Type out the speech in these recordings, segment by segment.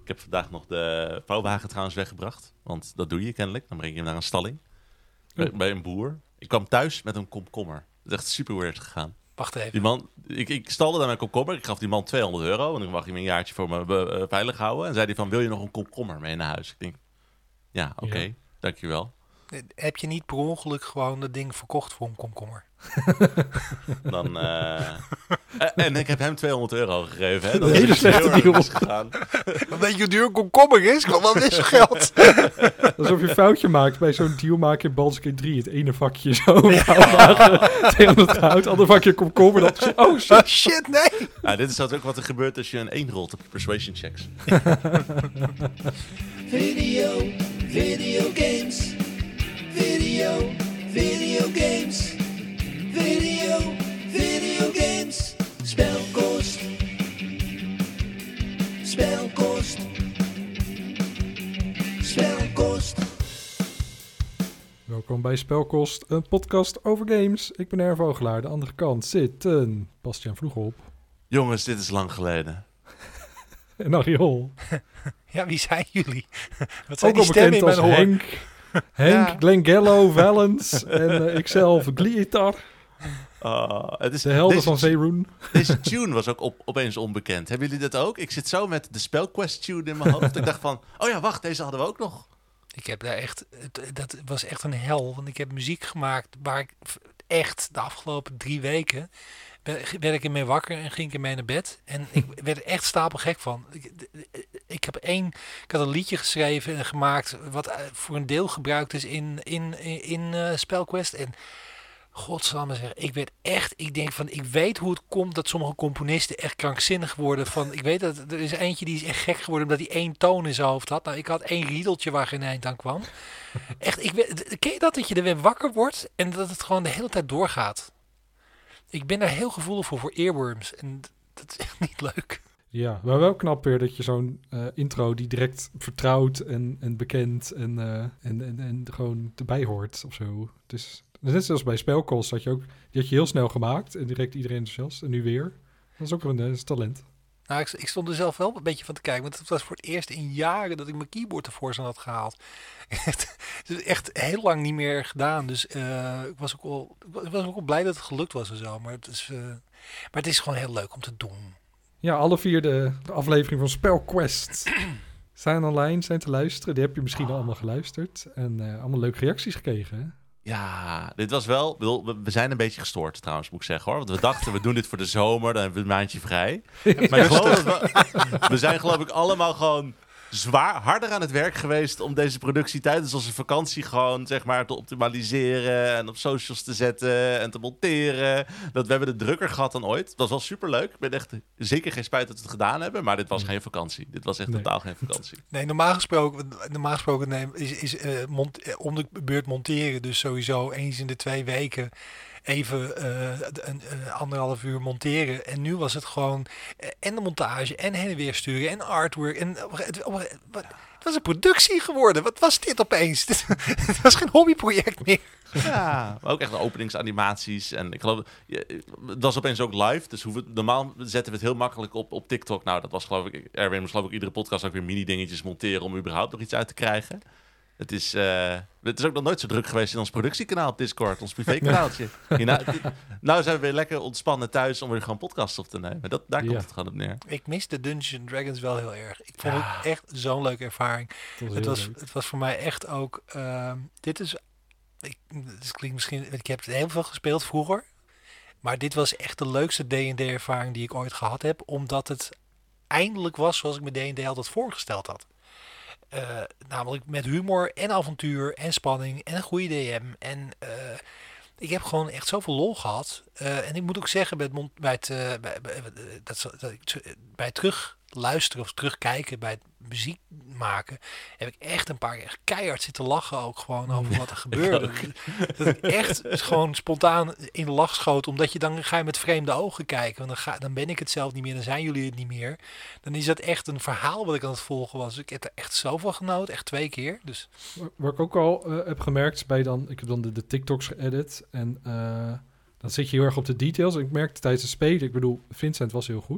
Ik heb vandaag nog de vouwwagen trouwens weggebracht. Want dat doe je kennelijk. Dan breng je hem naar een stalling. Bij een boer. Ik kwam thuis met een komkommer. Dat is echt super weird gegaan. Wacht even. Die man, ik stalde daar mijn komkommer. Ik gaf die man €200. En dan mag hij me een jaartje voor me veilig houden. En zei hij van, wil je nog een komkommer mee naar huis? Ik denk, ja, oké. Dankjewel. Heb je niet per ongeluk gewoon dat ding verkocht voor een komkommer? Dan, en ik heb hem €200 gegeven. Hè? Dat Een hele is slechte heel erg deal. misgegaan. Dan weet je hoe duur een komkommer is? Gewoon wel weer geld. Alsof je een foutje maakt bij zo'n deal maken in Baldur's Gate 3. Het ene vakje zo. $200 goud. Ander vakje komkommer. Dat, oh shit. Oh shit, nee. Ja, dit is ook wat er gebeurt als je een 1 rolt op je persuasion checks. Video games. Video games. Video games. Spelkost. Welkom bij Spelkost, een podcast over games. Ik ben Erv Vogelaar. De andere kant zit Bastiaan Vroegop. Jongens, dit is lang geleden. En Ariol. Ja, wie zijn jullie? Wat zijn Ook die al stemmen bekend in als mijn oor? Henk, Ja. Glengello, Valens en ikzelf Glietar. Het is, De helden deze van Zeeroen. Deze tune was ook opeens onbekend. Hebben jullie dat ook? Ik zit zo met de Spellquest tune in mijn hoofd. Ik dacht van, oh ja, wacht, deze hadden we ook nog. Ik heb daar echt, dat was echt een hel. Want ik heb muziek gemaakt waar ik echt de afgelopen 3 weken werd ik ermee wakker en ging ik ermee naar bed. En ik werd er echt stapelgek van. Ik had een liedje geschreven en gemaakt wat voor een deel gebruikt is in Spellquest. En godsamme zeg, ik denk van, ik weet hoe het komt dat sommige componisten echt krankzinnig worden. Van, ik weet dat er is eentje die is echt gek geworden omdat hij 1 toon in zijn hoofd had. Nou, ik had 1 riedeltje waar geen eind aan kwam. Echt, ken je dat je er weer wakker wordt en dat het gewoon de hele tijd doorgaat? Ik ben daar heel gevoelig voor earworms en dat is echt niet leuk. Ja, maar wel knap weer dat je zo'n intro die direct vertrouwd en bekend en gewoon erbij hoort of zo. Dus net zoals bij Spelkost die had je heel snel gemaakt en direct iedereen enthousiast. En nu weer. Dat is ook een talent. Nou, ik stond er zelf wel een beetje van te kijken, want het was voor het eerst in jaren dat ik mijn keyboard tevoorschijn had gehaald. Het is echt heel lang niet meer gedaan, dus ik was ook wel blij dat het gelukt was en zo. Maar het is gewoon heel leuk om te doen. Ja, alle 4 de aflevering van Spelquest zijn online, zijn te luisteren. Die heb je misschien al allemaal geluisterd. En allemaal leuke reacties gekregen, hè? Ja, dit was wel... We zijn een beetje gestoord trouwens, moet ik zeggen hoor. Want we dachten, we doen dit voor de zomer, dan hebben we een maandje vrij. Maar ik geloof dat we zijn geloof ik allemaal gewoon harder aan het werk geweest om deze productie tijdens onze vakantie gewoon zeg maar te optimaliseren en op socials te zetten en te monteren. Dat we hebben het drukker gehad dan ooit. Het was wel superleuk. Ik ben echt zeker geen spijt dat we het gedaan hebben, maar dit was geen vakantie. Dit was echt totaal geen vakantie. Nee, normaal gesproken is om de beurt monteren dus sowieso eens in de 2 weken even 1,5 uur monteren. En nu was het gewoon en de montage en heen en weer sturen en artwork. En het was een productie geworden. Wat was dit opeens? Het was geen hobbyproject meer. Ja, maar ook echt openingsanimaties. En ik geloof, het was opeens ook live. Dus normaal zetten we het heel makkelijk op TikTok. Nou, dat was geloof ik, Erwin moest geloof ik iedere podcast ook weer mini-dingetjes monteren om überhaupt nog iets uit te krijgen. Het is ook nog nooit zo druk geweest in ons productiekanaal op Discord, ons privékanaaltje. Nou zijn we weer lekker ontspannen thuis om weer gewoon podcasts op te nemen. Daar komt het gewoon op neer. Ik mis de Dungeons & Dragons wel heel erg. Ik vond het echt zo'n leuke ervaring. Het was voor mij echt ook... dit klinkt misschien... Ik heb het heel veel gespeeld vroeger. Maar dit was echt de leukste D&D-ervaring die ik ooit gehad heb. Omdat het eindelijk was zoals ik me D&D altijd voorgesteld had. Namelijk met humor en avontuur en spanning en een goede DM. En ik heb gewoon echt zoveel lol gehad. En ik moet ook zeggen, bij terug luisteren of terugkijken, bij het muziek maken, heb ik echt een paar keer keihard zitten lachen ook gewoon over wat er gebeurde. Dat ik echt gewoon spontaan in de lach schoot, omdat dan ga je met vreemde ogen kijken. Want dan ben ik het zelf niet meer, dan zijn jullie het niet meer. Dan is dat echt een verhaal wat ik aan het volgen was. Ik heb er echt zoveel genoten, echt 2 keer. Dus. Wat ik ook al heb gemerkt ik heb dan de TikToks geëdit en dan zit je heel erg op de details. En ik merkte tijdens het spelen, ik bedoel, Vincent was heel goed.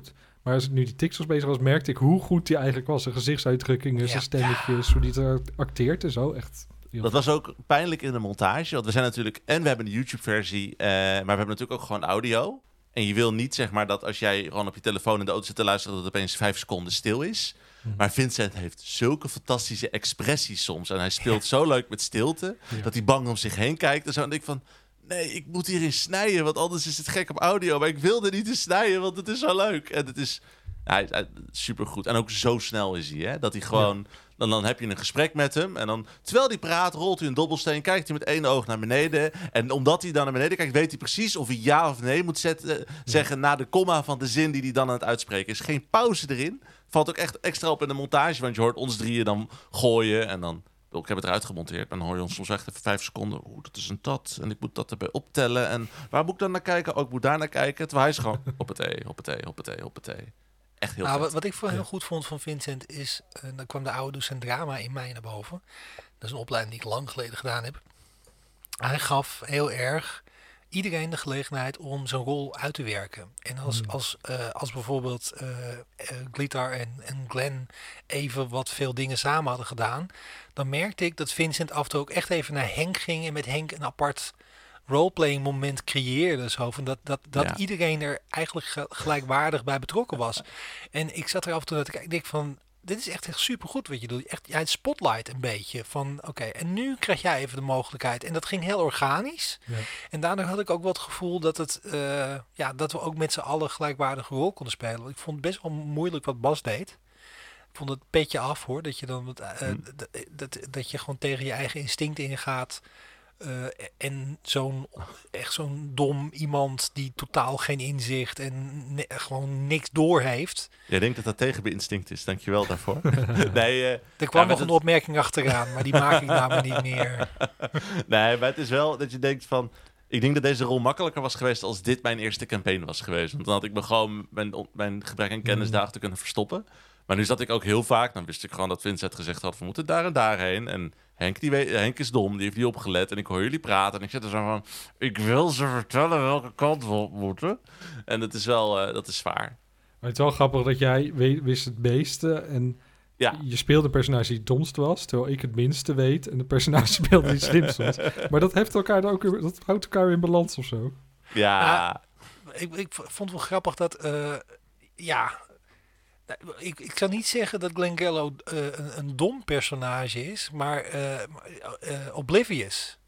Maar als ik nu die TikToks bezig was, merkte ik hoe goed die eigenlijk was. Zijn gezichtsuitdrukkingen, Ja. zijn stemmetjes, hoe die het acteert en zo. Echt heel Dat was ook pijnlijk in de montage. Want we zijn natuurlijk... En we hebben een YouTube-versie. Maar we hebben natuurlijk ook gewoon audio. En je wil niet, zeg maar, dat als jij gewoon op je telefoon in de auto zit te luisteren, dat het opeens 5 seconden stil is. Maar Vincent heeft zulke fantastische expressies soms. En hij speelt zo leuk met stilte, dat hij bang om zich heen kijkt en zo. En ik van, nee, ik moet hierin snijden, want anders is het gek op audio. Maar ik wilde niet in snijden, want het is zo leuk. En het is supergoed. En ook zo snel is hij, hè? Dat hij gewoon... Dan heb je een gesprek met hem. En dan, terwijl hij praat, rolt hij een dobbelsteen. Kijkt hij met één oog naar beneden. En omdat hij dan naar beneden kijkt, weet hij precies of hij ja of nee moet zeggen na de komma van de zin die hij dan aan het uitspreken is. Geen pauze erin. Valt ook echt extra op in de montage. Want je hoort ons drieën dan gooien. En dan, ik heb het eruit gemonteerd. En dan hoor je ons soms echt even 5 seconden. Oeh, dat is een dat. En ik moet dat erbij optellen. En waar moet ik dan naar kijken? Oh, ik moet daar naar kijken. Terwijl hij is gewoon hoppatee. Echt heel vet. Wat ik heel goed vond van Vincent is... dan kwam de oude docent drama in mij naar boven. Dat is een opleiding die ik lang geleden gedaan heb. Hij gaf heel erg iedereen de gelegenheid om zijn rol uit te werken. En als bijvoorbeeld Glitar en Glenn even wat veel dingen samen hadden gedaan, dan merkte ik dat Vincent af en toe ook echt even naar Henk ging en met Henk een apart roleplaying moment creëerde. Zo, van dat iedereen er eigenlijk gelijkwaardig bij betrokken was. En ik zat er af en toe naar te kijken. Ik denk van, dit is echt supergoed wat je doet. Echt, jij spotlight een beetje van, oké, en nu krijg jij even de mogelijkheid. En dat ging heel organisch. Ja. En daardoor had ik ook wel het gevoel dat dat we ook met z'n allen gelijkwaardige rol konden spelen. Ik vond het best wel moeilijk wat Bas deed. Ik vond het petje af, hoor. Dat je dan dat je gewoon tegen je eigen instinct ingaat. En zo'n dom iemand die totaal geen inzicht en gewoon niks door heeft. Jij denkt dat dat tegen mijn instinct is. Dankjewel daarvoor. Nee, er kwam nog een opmerking achteraan, maar die maak ik nou maar niet meer. Nee, maar het is wel dat je denkt van... Ik denk dat deze rol makkelijker was geweest als dit mijn eerste campaign was geweest. Want dan had ik me gewoon mijn gebrek aan kennis daarachter kunnen verstoppen. Maar nu zat ik ook heel vaak, dan wist ik gewoon dat Vincent gezegd had, we moeten daar en daarheen. En Henk is dom, die heeft niet opgelet. En ik hoor jullie praten en ik zit er zo van, ik wil ze vertellen welke kant we op moeten. En dat is wel, dat is zwaar. Maar het is wel grappig dat jij wist het meeste en je speelde een personage die het domst was, terwijl ik het minste weet en de personage speelde die het slimst was. Maar dat houdt elkaar weer in balans of zo. Ja. Ik vond het wel grappig dat, ik zou niet zeggen dat Glenn Gallo een dom personage is, maar oblivious.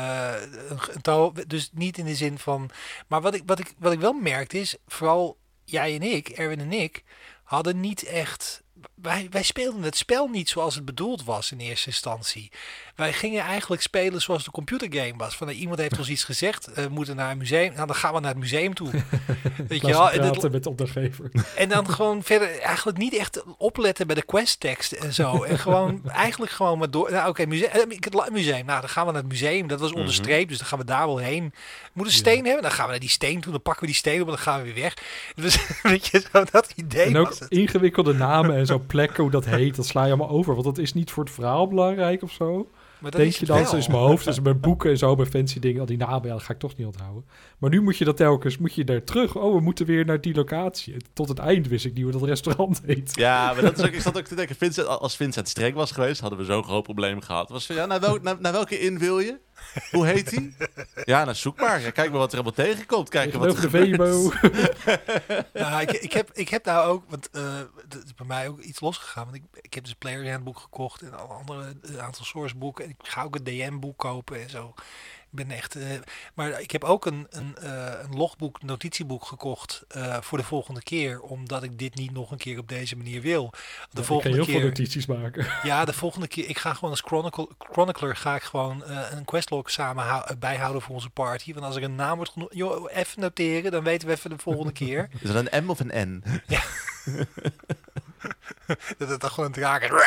Dus niet in de zin van... Maar wat ik wel merkte is, vooral jij en ik, Erwin en ik, hadden niet echt... Wij speelden het spel niet zoals het bedoeld was in eerste instantie. Wij gingen eigenlijk spelen zoals de computergame was. Van iemand heeft ons iets gezegd, we moeten naar een museum. Nou, dan gaan we naar het museum toe. Weet je wel? Praten met opdrachtgever. En dan gewoon verder eigenlijk niet echt opletten bij de questteksten en zo. En gewoon eigenlijk gewoon maar door. Nou, oké, museum. Nou, dan gaan we naar het museum. Dat was onderstreept, dus dan gaan we daar wel heen. We moeten een steen hebben. Dan gaan we naar die steen toe. Dan pakken we die steen op en dan gaan we weer weg. Dus weet je, zo dat idee. En ook was het. ingewikkelde namen en zo plekken, hoe dat heet, dat sla je allemaal over. Want dat is niet voor het verhaal belangrijk of zo. Maar dat denk is je dan, wel. zo is mijn hoofd, dus mijn boeken en zo, mijn fancy dingen, al die namen, dat ga ik toch niet onthouden. Maar nu moet je dat telkens, daar terug. Oh, we moeten weer naar die locatie. Tot het eind wist ik niet hoe dat restaurant heet. Ja, maar dat is ook, ik zat ook te denken, als Vincent streng was geweest, hadden we zo'n groot probleem gehad. Was van, naar welke in wil je? Hoe heet die? Ja, nou zoek maar. Ja, kijk maar wat er allemaal tegenkomt. Kijken wat er de Vebo. Nou, ik heb nou ook, want dat is bij mij ook iets losgegaan. Want ik heb dus een Player Handboek gekocht en alle andere aantal sourceboeken. En ik ga ook een DM-boek kopen en zo. Ik ben echt... maar ik heb ook een logboek, notitieboek gekocht voor de volgende keer. Omdat ik dit niet nog een keer op deze manier wil. De volgende ik kan heel keer, veel notities maken. Ja, de volgende keer. Ik ga gewoon als chronicler ga ik gewoon een questlog samen bijhouden voor onze party. Want als er een naam wordt genoemd, joh, even noteren. Dan weten we even de volgende keer. Is dat een M of een N? Ja. Dat het dan gewoon een draak is.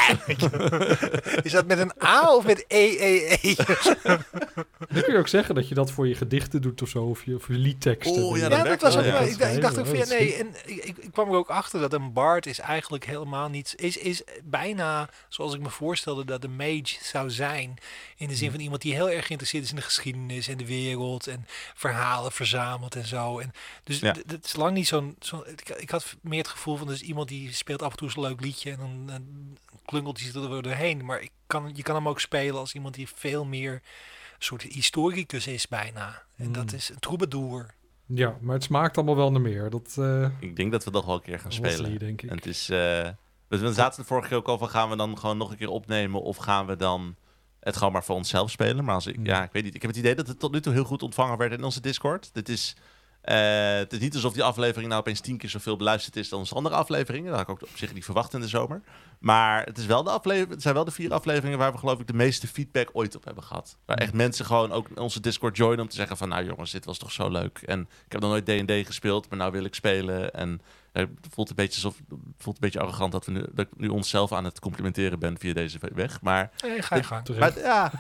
Is dat met een A of met E? Dan kun je ook zeggen dat je dat voor je gedichten doet of zo, of je liedteksten. Oh, ja, Ja, dat was ook wel, wel. ja. Ik dacht ook van ja, dat is nee. En ik kwam er ook achter dat een bard is eigenlijk helemaal niet. Is bijna zoals ik me voorstelde dat een mage zou zijn. In de zin van iemand die heel erg geïnteresseerd is in de geschiedenis en de wereld en verhalen verzamelt en zo. En dus Ja. het is lang niet zo'n. Ik had meer het gevoel van dus iemand die speelt af en toe zo'n leuk liedje en dan klungelt hij er doorheen. Maar je kan hem ook spelen als iemand die veel meer een soort historicus is bijna. En dat is een troubadour. Ja, maar het smaakt allemaal wel naar meer. Dat Ik denk dat we nog wel een keer gaan Wesley, spelen. denk ik. En het is... we zaten de vorige keer ook al van, gaan we dan gewoon nog een keer opnemen of gaan we dan het gewoon maar voor onszelf spelen? Maar ik weet niet. Ik heb het idee dat het tot nu toe heel goed ontvangen werd in onze Discord. Het is niet alsof die aflevering nou opeens 10 keer zoveel beluisterd is dan onze andere afleveringen. Dat had ik ook op zich niet verwacht in de zomer. Maar het zijn wel de 4 afleveringen waar we geloof ik de meeste feedback ooit op hebben gehad. Waar echt mensen gewoon ook onze Discord joinen om te zeggen van nou jongens, dit was toch zo leuk. En ik heb nog nooit D&D gespeeld, maar nou wil ik spelen. En het voelt een beetje arrogant dat ik nu onszelf aan het complimenteren ben via deze weg. Maar Ga je gang. terecht. maar, ja,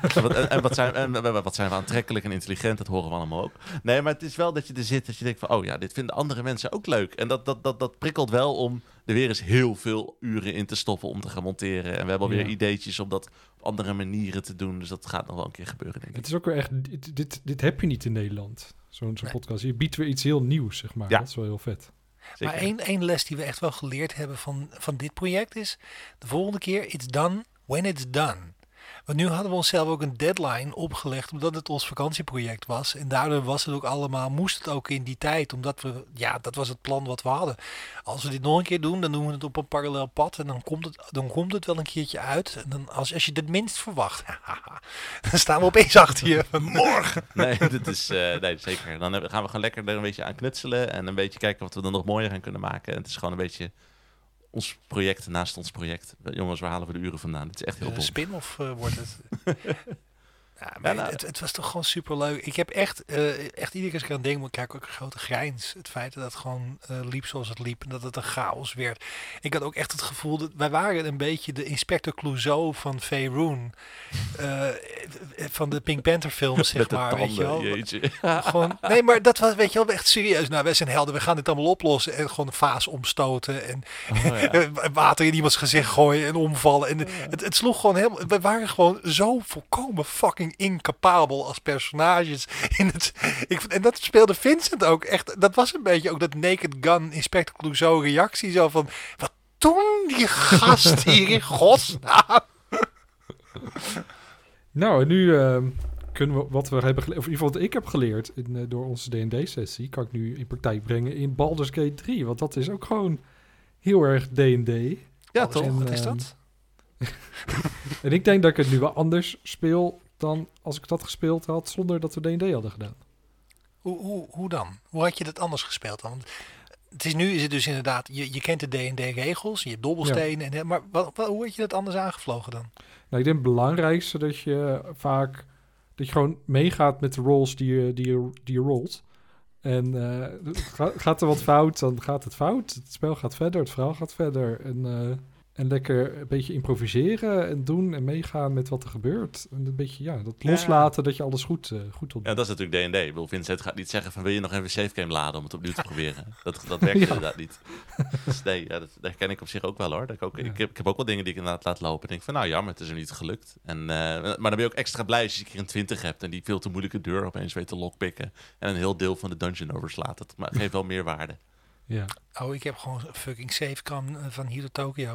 wat zijn we aantrekkelijk en intelligent, dat horen we allemaal ook. Nee, maar het is wel dat je er zit, dat je denkt van, oh ja, dit vinden andere mensen ook leuk. En dat prikkelt wel om er weer eens heel veel uren in te stoppen om te gaan monteren. En we hebben alweer ideetjes om dat op andere manieren te doen. Dus dat gaat nog wel een keer gebeuren, denk ik. Het is ook weer echt, dit heb je niet in Nederland, zo'n podcast. Je biedt weer iets heel nieuws, zeg maar. Ja. Dat is wel heel vet. Zeker. Maar één les die we echt wel geleerd hebben van dit project is... de volgende keer, it's done when it's done. Want nu hadden we onszelf ook een deadline opgelegd... omdat het ons vakantieproject was. En daardoor was het ook allemaal, moest het ook in die tijd. Omdat we, dat was het plan wat we hadden. Als we dit nog een keer doen, dan doen we het op een parallel pad. En dan komt het wel een keertje uit. En dan, als je het minst verwacht... dan staan we opeens achter je. Morgen. Nee, dit is, nee, zeker. Dan gaan we gewoon lekker er een beetje aan knutselen. En een beetje kijken wat we dan nog mooier gaan kunnen maken. En het is gewoon een beetje ons project naast ons project. Jongens, waar halen we de uren vandaan? Het is echt heel Een dom. spin-off wordt het. Ja, maar Ja, nou, het was toch gewoon super leuk. Ik heb echt iedere keer als ik aan denk, maar ik kijk ook een grote grijns. Het feit dat het gewoon liep zoals het liep en dat het een chaos werd. Ik had ook echt het gevoel dat wij waren een beetje de Inspector Clouseau van Faerun. Van de Pink Panther films, zeg Met de maar. tanden, weet je wel. jeetje. Gewoon, nee, maar dat was, weet je wel, echt serieus. Nou, wij zijn helden, we gaan dit allemaal oplossen. En gewoon een vaas omstoten. En water in iemands gezicht gooien en omvallen. En het sloeg gewoon helemaal... We waren gewoon zo volkomen fucking incapabel als personages. En dat speelde Vincent ook echt. Dat was een beetje ook dat Naked Gun Inspector Clouseau reactie. Zo van, wat doen die gast hier in godsnaam? Nou, en nu kunnen we wat we hebben geleerd, of in ieder geval wat ik heb geleerd door onze D&D-sessie, kan ik nu in praktijk brengen in Baldur's Gate 3. Want dat is ook gewoon heel erg D&D. Ja, toch? En, Wat is dat? En ik denk dat ik het nu wel anders speel dan als ik dat gespeeld had zonder dat we D&D hadden gedaan. Hoe dan? Hoe had je dat anders gespeeld dan? Want nu is het dus inderdaad, je kent de D&D-regels, je hebt dobbelstenen. Maar hoe had je dat anders aangevlogen dan? Nou, ik denk het belangrijkste dat je vaak, dat je gewoon meegaat met de rolls die je rolt. En gaat er wat fout, dan gaat het fout. Het spel gaat verder, het verhaal gaat verder. En lekker een beetje improviseren en doen en meegaan met wat er gebeurt. En een beetje, dat loslaten dat je alles goed doet. Ja, dat is natuurlijk D&D. Ik bedoel, Vincent gaat niet zeggen van wil je nog even save game laden om het opnieuw te proberen. Dat werkt inderdaad niet. Dus nee, dat herken ik op zich ook wel hoor. Ik heb ook wel dingen die ik inderdaad laat lopen. En denk van nou jammer, het is er niet gelukt. Maar dan ben je ook extra blij als je een keer een 20 hebt en die veel te moeilijke deur opeens weet te lockpicken. En een heel deel van de dungeon overslaat. Dat geeft wel meer waarde. Ja. Oh, ik heb gewoon een fucking savecam van hier tot Tokio.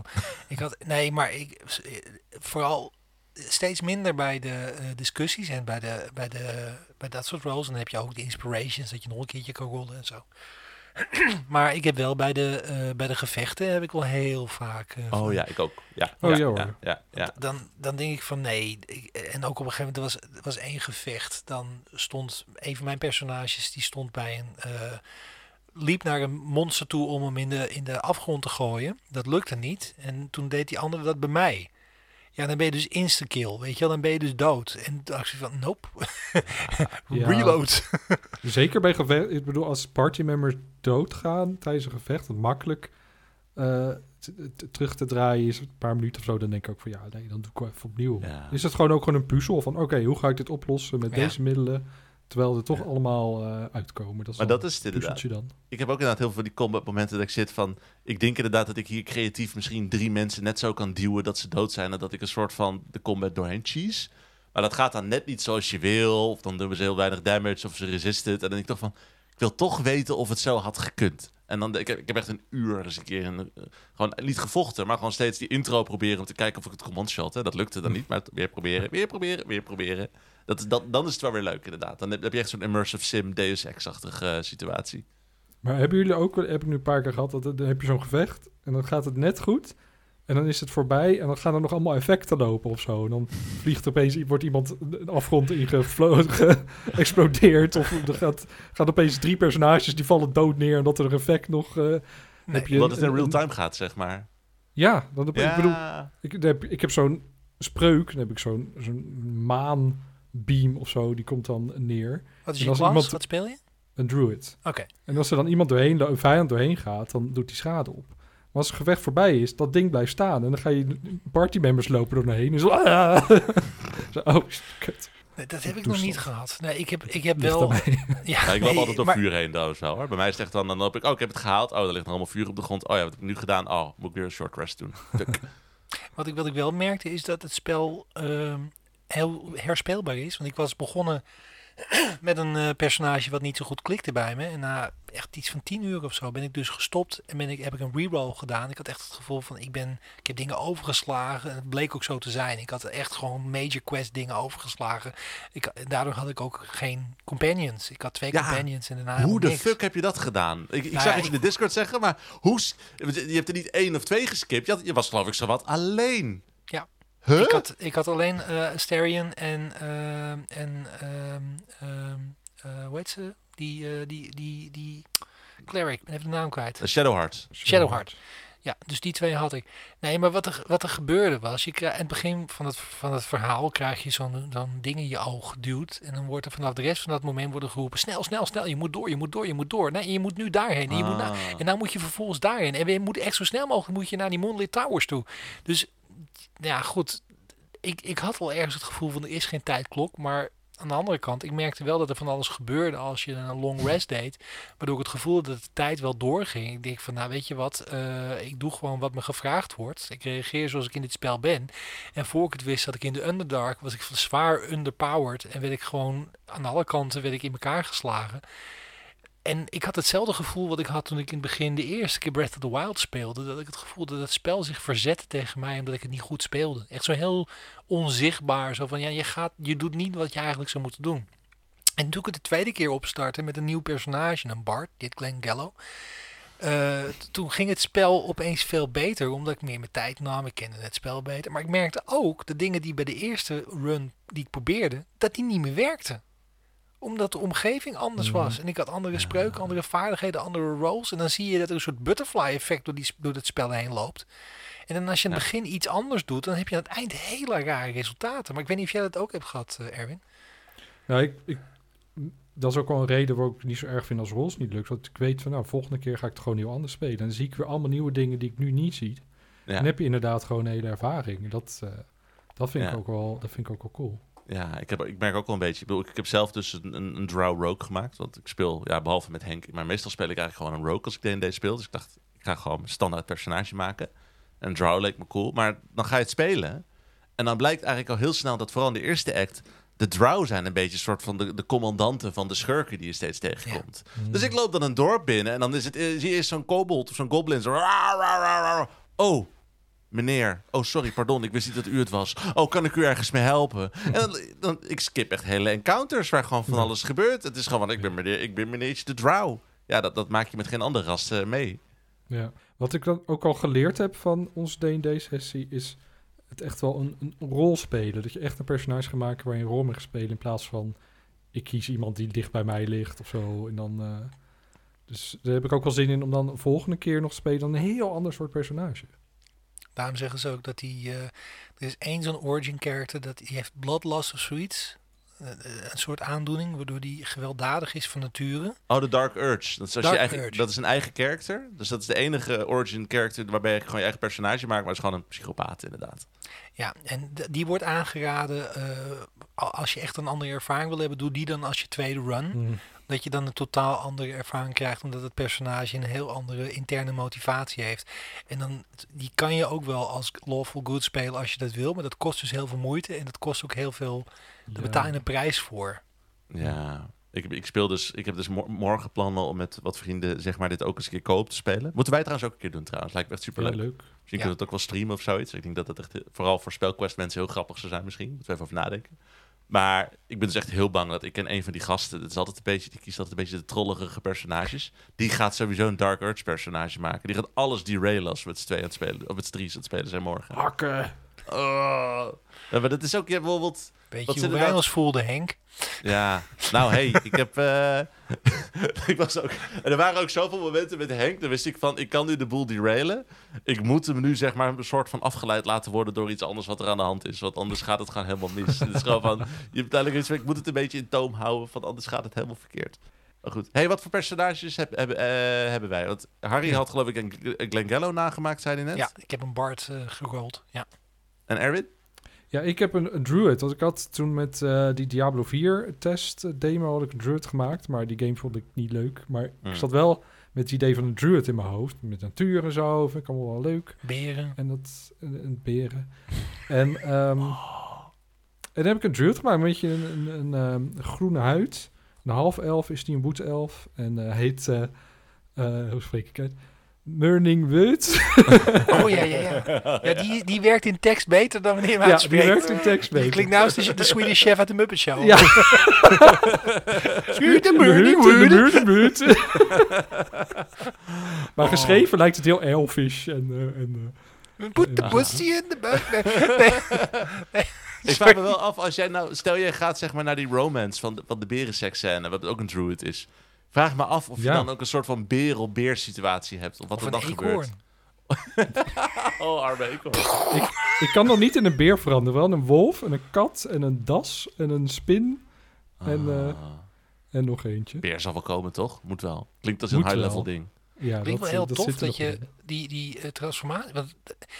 Vooral steeds minder bij de discussies en bij dat soort roles. En dan heb je ook de inspirations dat je nog een keertje kan rollen en zo. Maar ik heb wel bij de gevechten heb ik wel heel vaak... Ik ook. Ja. Ja. Dan denk ik van nee. En ook op een gegeven moment, er was één gevecht. Dan stond een van mijn personages, die stond bij een... liep naar een monster toe om hem in de afgrond te gooien. Dat lukte niet. En toen deed die andere dat bij mij. Ja, dan ben je dus insta-kill, weet je wel. Dan ben je dus dood. En toen dacht ik van, nope. Reload. Zeker bij gevecht. Ik bedoel, als partymembers doodgaan tijdens een gevecht, makkelijk. Het terug te draaien is een paar minuten of zo, dan denk ik ook van ja, nee, dan doe ik wel even opnieuw. Ja. Is het gewoon ook gewoon een puzzel van oké, hoe ga ik dit oplossen met Ja. deze middelen, terwijl er toch allemaal uitkomen. Dat is Maar wel dat is het een inderdaad. puzzeltje dan. Ik heb ook inderdaad heel veel van die combat momenten dat ik zit van... Ik denk inderdaad dat ik hier creatief misschien 3 mensen net zo kan duwen dat ze dood zijn... en dat ik een soort van de combat doorheen cheese. Maar dat gaat dan net niet zoals je wil. Of dan doen ze heel weinig damage of ze resisten het. En dan denk ik toch van... Ik wil toch weten of het zo had gekund. En dan, ik heb echt een uur eens een keer... gewoon niet gevochten, maar gewoon steeds die intro proberen... om te kijken of ik het kon one-shot. Dat lukte dan niet, maar weer proberen. Dan is het wel weer leuk inderdaad. Dan heb je echt zo'n immersive sim Deus Ex-achtige situatie. Maar hebben jullie ook, heb ik nu een paar keer gehad, dan heb je zo'n gevecht en dan gaat het net goed en dan is het voorbij en dan gaan er nog allemaal effecten lopen of zo. En dan vliegt opeens, wordt iemand een afgrond geëxplodeerd of er gaat opeens 3 personages die vallen dood neer en dat er een effect nog... heb je Omdat het in real time gaat, zeg maar. Ja, dan heb, Ja. ik bedoel, ik heb zo'n spreuk, dan heb ik zo'n maanbeam of zo, die komt dan neer. Wat is En je als klas? iemand- Wat speel je? Een druid. Oké. En als er dan iemand doorheen, een vijand doorheen gaat, dan doet hij schade op. Maar als het gevecht voorbij is, dat ding blijft staan. En dan ga je partymembers lopen doorheen. En zo, zo, oh, kut. Nee, dat heb ik nog Toestand. niet gehad. Nee, ik heb Ligt wel... aan mij. Ja, Ik loop nee, altijd door maar- vuur heen trouwens wel, hoor. Bij mij is het echt dan loop ik... Oh, ik heb het gehaald. Oh, er ligt nog allemaal vuur op de grond. Oh ja, wat heb ik nu gedaan? Oh, moet ik weer een short rest doen. Tuk. Wat ik wel merkte is dat het spel heel herspeelbaar is. Want ik was begonnen met een personage wat niet zo goed klikte bij me. En na echt iets van 10 uur of zo ben ik dus gestopt en heb ik een reroll gedaan. Ik had echt het gevoel van ik heb dingen overgeslagen. En het bleek ook zo te zijn. Ik had echt gewoon major quest dingen overgeslagen. Daardoor had ik ook geen companions. Ik had 2 Ja, companions en daarna Hoe helemaal de niks. fuck heb je dat gedaan? Ik Nou zag ja, het in de Discord zeggen, maar je hebt er niet 1 of 2 geskipt. Je was geloof ik zo wat alleen. Ja. Huh? Ik had alleen Asterion en hoe heet ze? Die cleric, ik ben even de naam kwijt. Shadowheart. Shadowheart. Ja, dus die 2 had ik. Nee, maar wat er gebeurde was, aan het begin van het verhaal krijg je zo'n ding in je oog geduwd. En dan wordt er vanaf de rest van dat moment worden geroepen, snel, je moet door. Nee, je moet nu daarheen. En, en dan moet je vervolgens daarheen. En je moet echt zo snel mogelijk naar die Monolith Towers toe. Dus ja, goed. Ik had wel ergens het gevoel van er is geen tijdklok, maar aan de andere kant, ik merkte wel dat er van alles gebeurde als je een long rest deed, waardoor ik het gevoel had dat de tijd wel doorging. Ik denk van, nou weet je wat, ik doe gewoon wat me gevraagd wordt. Ik reageer zoals ik in dit spel ben. En voor ik het wist, zat ik in de Underdark, was ik zwaar underpowered en werd ik gewoon aan alle kanten in elkaar geslagen. En ik had hetzelfde gevoel wat ik had toen ik in het begin de eerste keer Breath of the Wild speelde. Dat ik het gevoel dat het spel zich verzette tegen mij omdat ik het niet goed speelde. Echt zo heel onzichtbaar. Zo van, ja, je doet niet wat je eigenlijk zou moeten doen. En toen ik het de tweede keer opstartte met een nieuw personage, een bard, dit Glen Gallo. Toen ging het spel opeens veel beter, omdat ik meer mijn tijd nam. Ik kende het spel beter. Maar ik merkte ook de dingen die bij de eerste run die ik probeerde, dat die niet meer werkten. Omdat de omgeving anders was. En ik had andere spreuken, andere vaardigheden, andere roles. En dan zie je dat er een soort butterfly effect door het spel heen loopt. En dan als je in het begin iets anders doet, dan heb je aan het eind hele rare resultaten. Maar ik weet niet of jij dat ook hebt gehad, Erwin. Nou, dat is ook wel een reden waarom ik het niet zo erg vind als roles niet lukt. Want ik weet van, nou, volgende keer ga ik het gewoon heel anders spelen. En dan zie ik weer allemaal nieuwe dingen die ik nu niet zie. Ja. Dan heb je inderdaad gewoon een hele ervaring. Dat vind ik ook wel cool. Ja, ik merk ook wel een beetje... Ik heb zelf dus een Drow Rogue gemaakt. Want ik speel, behalve met Henk... Maar meestal speel ik eigenlijk gewoon een Rogue als ik D&D speel. Dus ik dacht, ik ga gewoon een standaard personage maken. En Drow leek me cool. Maar dan ga je het spelen. En dan blijkt eigenlijk al heel snel dat vooral in de eerste act... De Drow zijn een beetje een soort van de commandanten van de schurken die je steeds tegenkomt. Ja. Dus ik loop dan een dorp binnen en dan zie je eerst zo'n kobold of zo'n goblin. Zo, oh, meneer. Oh, sorry, pardon. Ik wist niet dat u het was. Oh, kan ik u ergens mee helpen? En dan ik skip echt hele encounters waar gewoon van alles gebeurt. Het is gewoon, ik ben meneertje de Drow. Ja, dat maak je met geen andere ras mee. Ja. Wat ik dan ook al geleerd heb van onze D&D-sessie is het echt wel een rol spelen. Dat je echt een personage gaat maken waar je een rol mee gaat spelen in plaats van ik kies iemand die dicht bij mij ligt of zo. En dan, dus daar heb ik ook wel zin in om dan de volgende keer nog te spelen dan een heel ander soort personage. Daarom zeggen ze ook dat er is één zo'n origin character, die heeft bloodlust of zoiets. een soort aandoening waardoor die gewelddadig is van nature. Oh, de Dark Urge. Dat is, Urge. Dat is een eigen character. Dus dat is de enige origin character waarbij je gewoon je eigen personage maakt. Maar het is gewoon een psychopaat inderdaad. Ja, en die wordt aangeraden als je echt een andere ervaring wil hebben, doe die dan als je tweede run. Dat je dan een totaal andere ervaring krijgt, omdat het personage een heel andere interne motivatie heeft. En dan die kan je ook wel als lawful good spelen als je dat wil, maar dat kost dus heel veel moeite en dat kost ook heel veel. Daar betaal je een prijs voor. Ja. Ik heb dus morgen plannen om met wat vrienden zeg maar dit ook eens een keer co-op te spelen. Moeten wij trouwens ook een keer doen trouwens. Lijkt me echt superleuk. Ja, leuk. Misschien kunnen we het ook wel streamen of zoiets. Ik denk dat het echt vooral voor Spelquest mensen heel grappig zou zijn misschien. Moeten we even over nadenken. Maar ik ben dus echt heel bang dat ik ken een van die gasten. Dat is altijd een beetje, die kiest altijd een beetje de trollerige personages. Die gaat sowieso een Dark Urge personage maken. Die gaat alles derailen als we met z'n tweeën aan het spelen. Of met z'n drieën aan het spelen zijn morgen. Hakken. Oh. Ja, maar dat is ook bijvoorbeeld. Weet Wat je zit hoe er wij nou- ons voelden, Henk? Ja, nou hey, ik heb... ik was ook... En er waren ook zoveel momenten met Henk. Dan wist ik van, ik kan nu de boel derailen. Ik moet hem nu zeg maar een soort van afgeleid laten worden door iets anders wat er aan de hand is. Want anders gaat het gewoon helemaal mis. Het is gewoon van, je hebt duidelijk iets van, ik moet het een beetje in toom houden, want anders gaat het helemaal verkeerd. Maar goed. Hey, wat voor personages hebben wij? Want Harry had geloof ik een Glengallo nagemaakt, zei hij net. Ja, ik heb een Bard gerold. Ja. En Erwin? Ja, ik heb een Druid. Want ik had toen met die Diablo 4 test demo had ik een Druid gemaakt. Maar die game vond ik niet leuk. Maar ik zat wel met het idee van een Druid in mijn hoofd. Met natuur en zo. Vind ik allemaal wel leuk. Beren. En beren. En dan heb ik een Druid gemaakt. Een beetje een groene huid. Een half elf is die een boetelf. En heet... hoe spreek ik het? Murning Wood. Oh ja. Ja, die werkt in tekst beter dan wanneer we Ja, die uitspreekt. werkt in tekst Die beter. klinkt nou als de Swedish Chef uit de Muppet Show. Ja. Stuur de Murning Wood. Maar geschreven lijkt het heel elfish. En Put the pussy in the butt. Ik vraag me wel af, als jij nou... Stel, jij gaat zeg maar naar die romance van de berenseksscène, wat ook een druid is. Vraag me af of je dan ook een soort van beer-op-beer situatie hebt. Of wat Of er een dan eekhoorn. gebeurt. Oh, arme eekhoorn. ik kan nog niet in een beer veranderen. Wel een wolf en een kat en een das en een spin. En nog eentje. Beer zal wel komen, toch? Moet wel. Klinkt als een Moet high-level wel. ding. Ja, Klinkt wel heel tof zit er dat nog je in. die transformatie... Want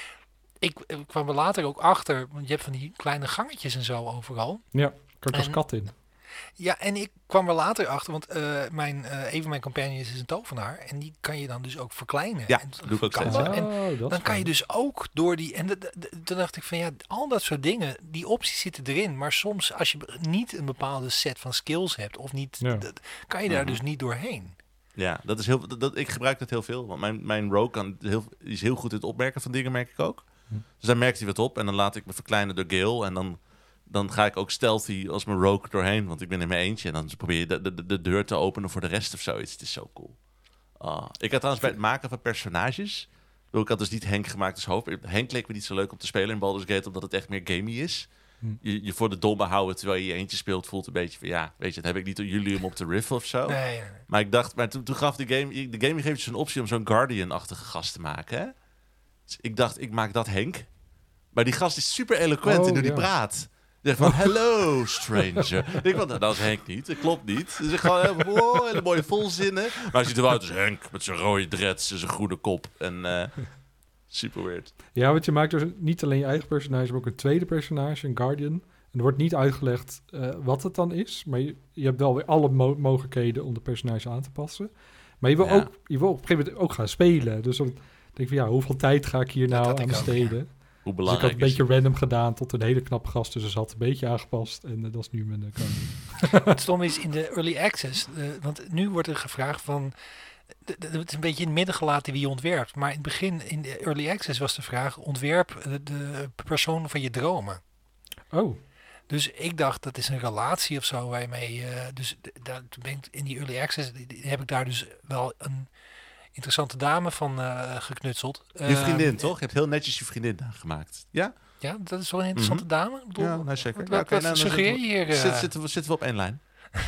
ik kwam er later ook achter, want je hebt van die kleine gangetjes en zo overal. Ja, kan ik als En- kat in. Ja, en ik kwam er later achter, want een van mijn companions is een tovenaar. En die kan je dan dus ook verkleinen. Ja, En doe ik ook steeds. verkammen. En Dat dan is kan je fijn. dus ook door die... En toen dacht ik van ja, al dat soort dingen, die opties zitten erin. Maar soms als je niet een bepaalde set van skills hebt, of niet, Ja. kan je daar dus niet doorheen. Ja, dat is ik gebruik dat heel veel. Want mijn rogue die is heel goed in het opmerken van dingen, merk ik ook. Dus dan merkt hij wat op en dan laat ik me verkleinen door Gale. En dan ga ik ook stealthy als mijn rogue doorheen, want ik ben in mijn eentje. En dan probeer je de deur te openen voor de rest of zoiets. Het is zo cool. Ik had trouwens bij het maken van personages... Ik had dus niet Henk gemaakt als hoofd. Henk leek me niet zo leuk om te spelen in Baldur's Gate, omdat het echt meer gamey is. Je voor de domme houden terwijl je eentje speelt, voelt een beetje van... Ja, weet je, dat heb ik niet door jullie om op te riffen of zo. Nee. Maar ik dacht, toen gaf de game geeft je een optie om zo'n Guardian-achtige gast te maken, hè? Dus ik dacht, ik maak dat Henk. Maar die gast is super eloquent in hoe die praat. Zeg van, hello, stranger. Ik van, dat is Henk niet, dat klopt niet. Dus ik gewoon hele mooie volzinnen. Maar hij ziet eruit als Henk, met zijn rode dreads en zijn groene kop. En super weird. Ja, want je maakt dus niet alleen je eigen personage, maar ook een tweede personage, een Guardian. En er wordt niet uitgelegd wat het dan is. Maar je hebt wel weer alle mogelijkheden om de personage aan te passen. Maar je wil, je wil op een gegeven moment ook gaan spelen. Dus dan denk ik van, ja, hoeveel tijd ga ik hier nou aan besteden? Hoe Dus ik had belangrijk een beetje random gedaan tot een hele knappe gast tussen zat. Een beetje aangepast en dat is nu mijn Guardian. Het stom is in de early access, want nu wordt er gevraagd van... Het is een beetje in het midden gelaten wie je ontwerpt. Maar in het begin, in de early access, was de vraag... ontwerp de persoon van je dromen. Oh, Dus ik dacht, dat is een relatie of zo waar je mee... toen ben ik in die early access heb ik daar dus wel een interessante dame van geknutseld. Je vriendin, toch? Je hebt heel netjes je vriendin gemaakt. Ja? Ja, dat is wel een interessante dame. Ik bedoel, Ja, nou zeker. Wat, Ja, oké, wat nou, dan suggereer je hier? Zitten we op één lijn.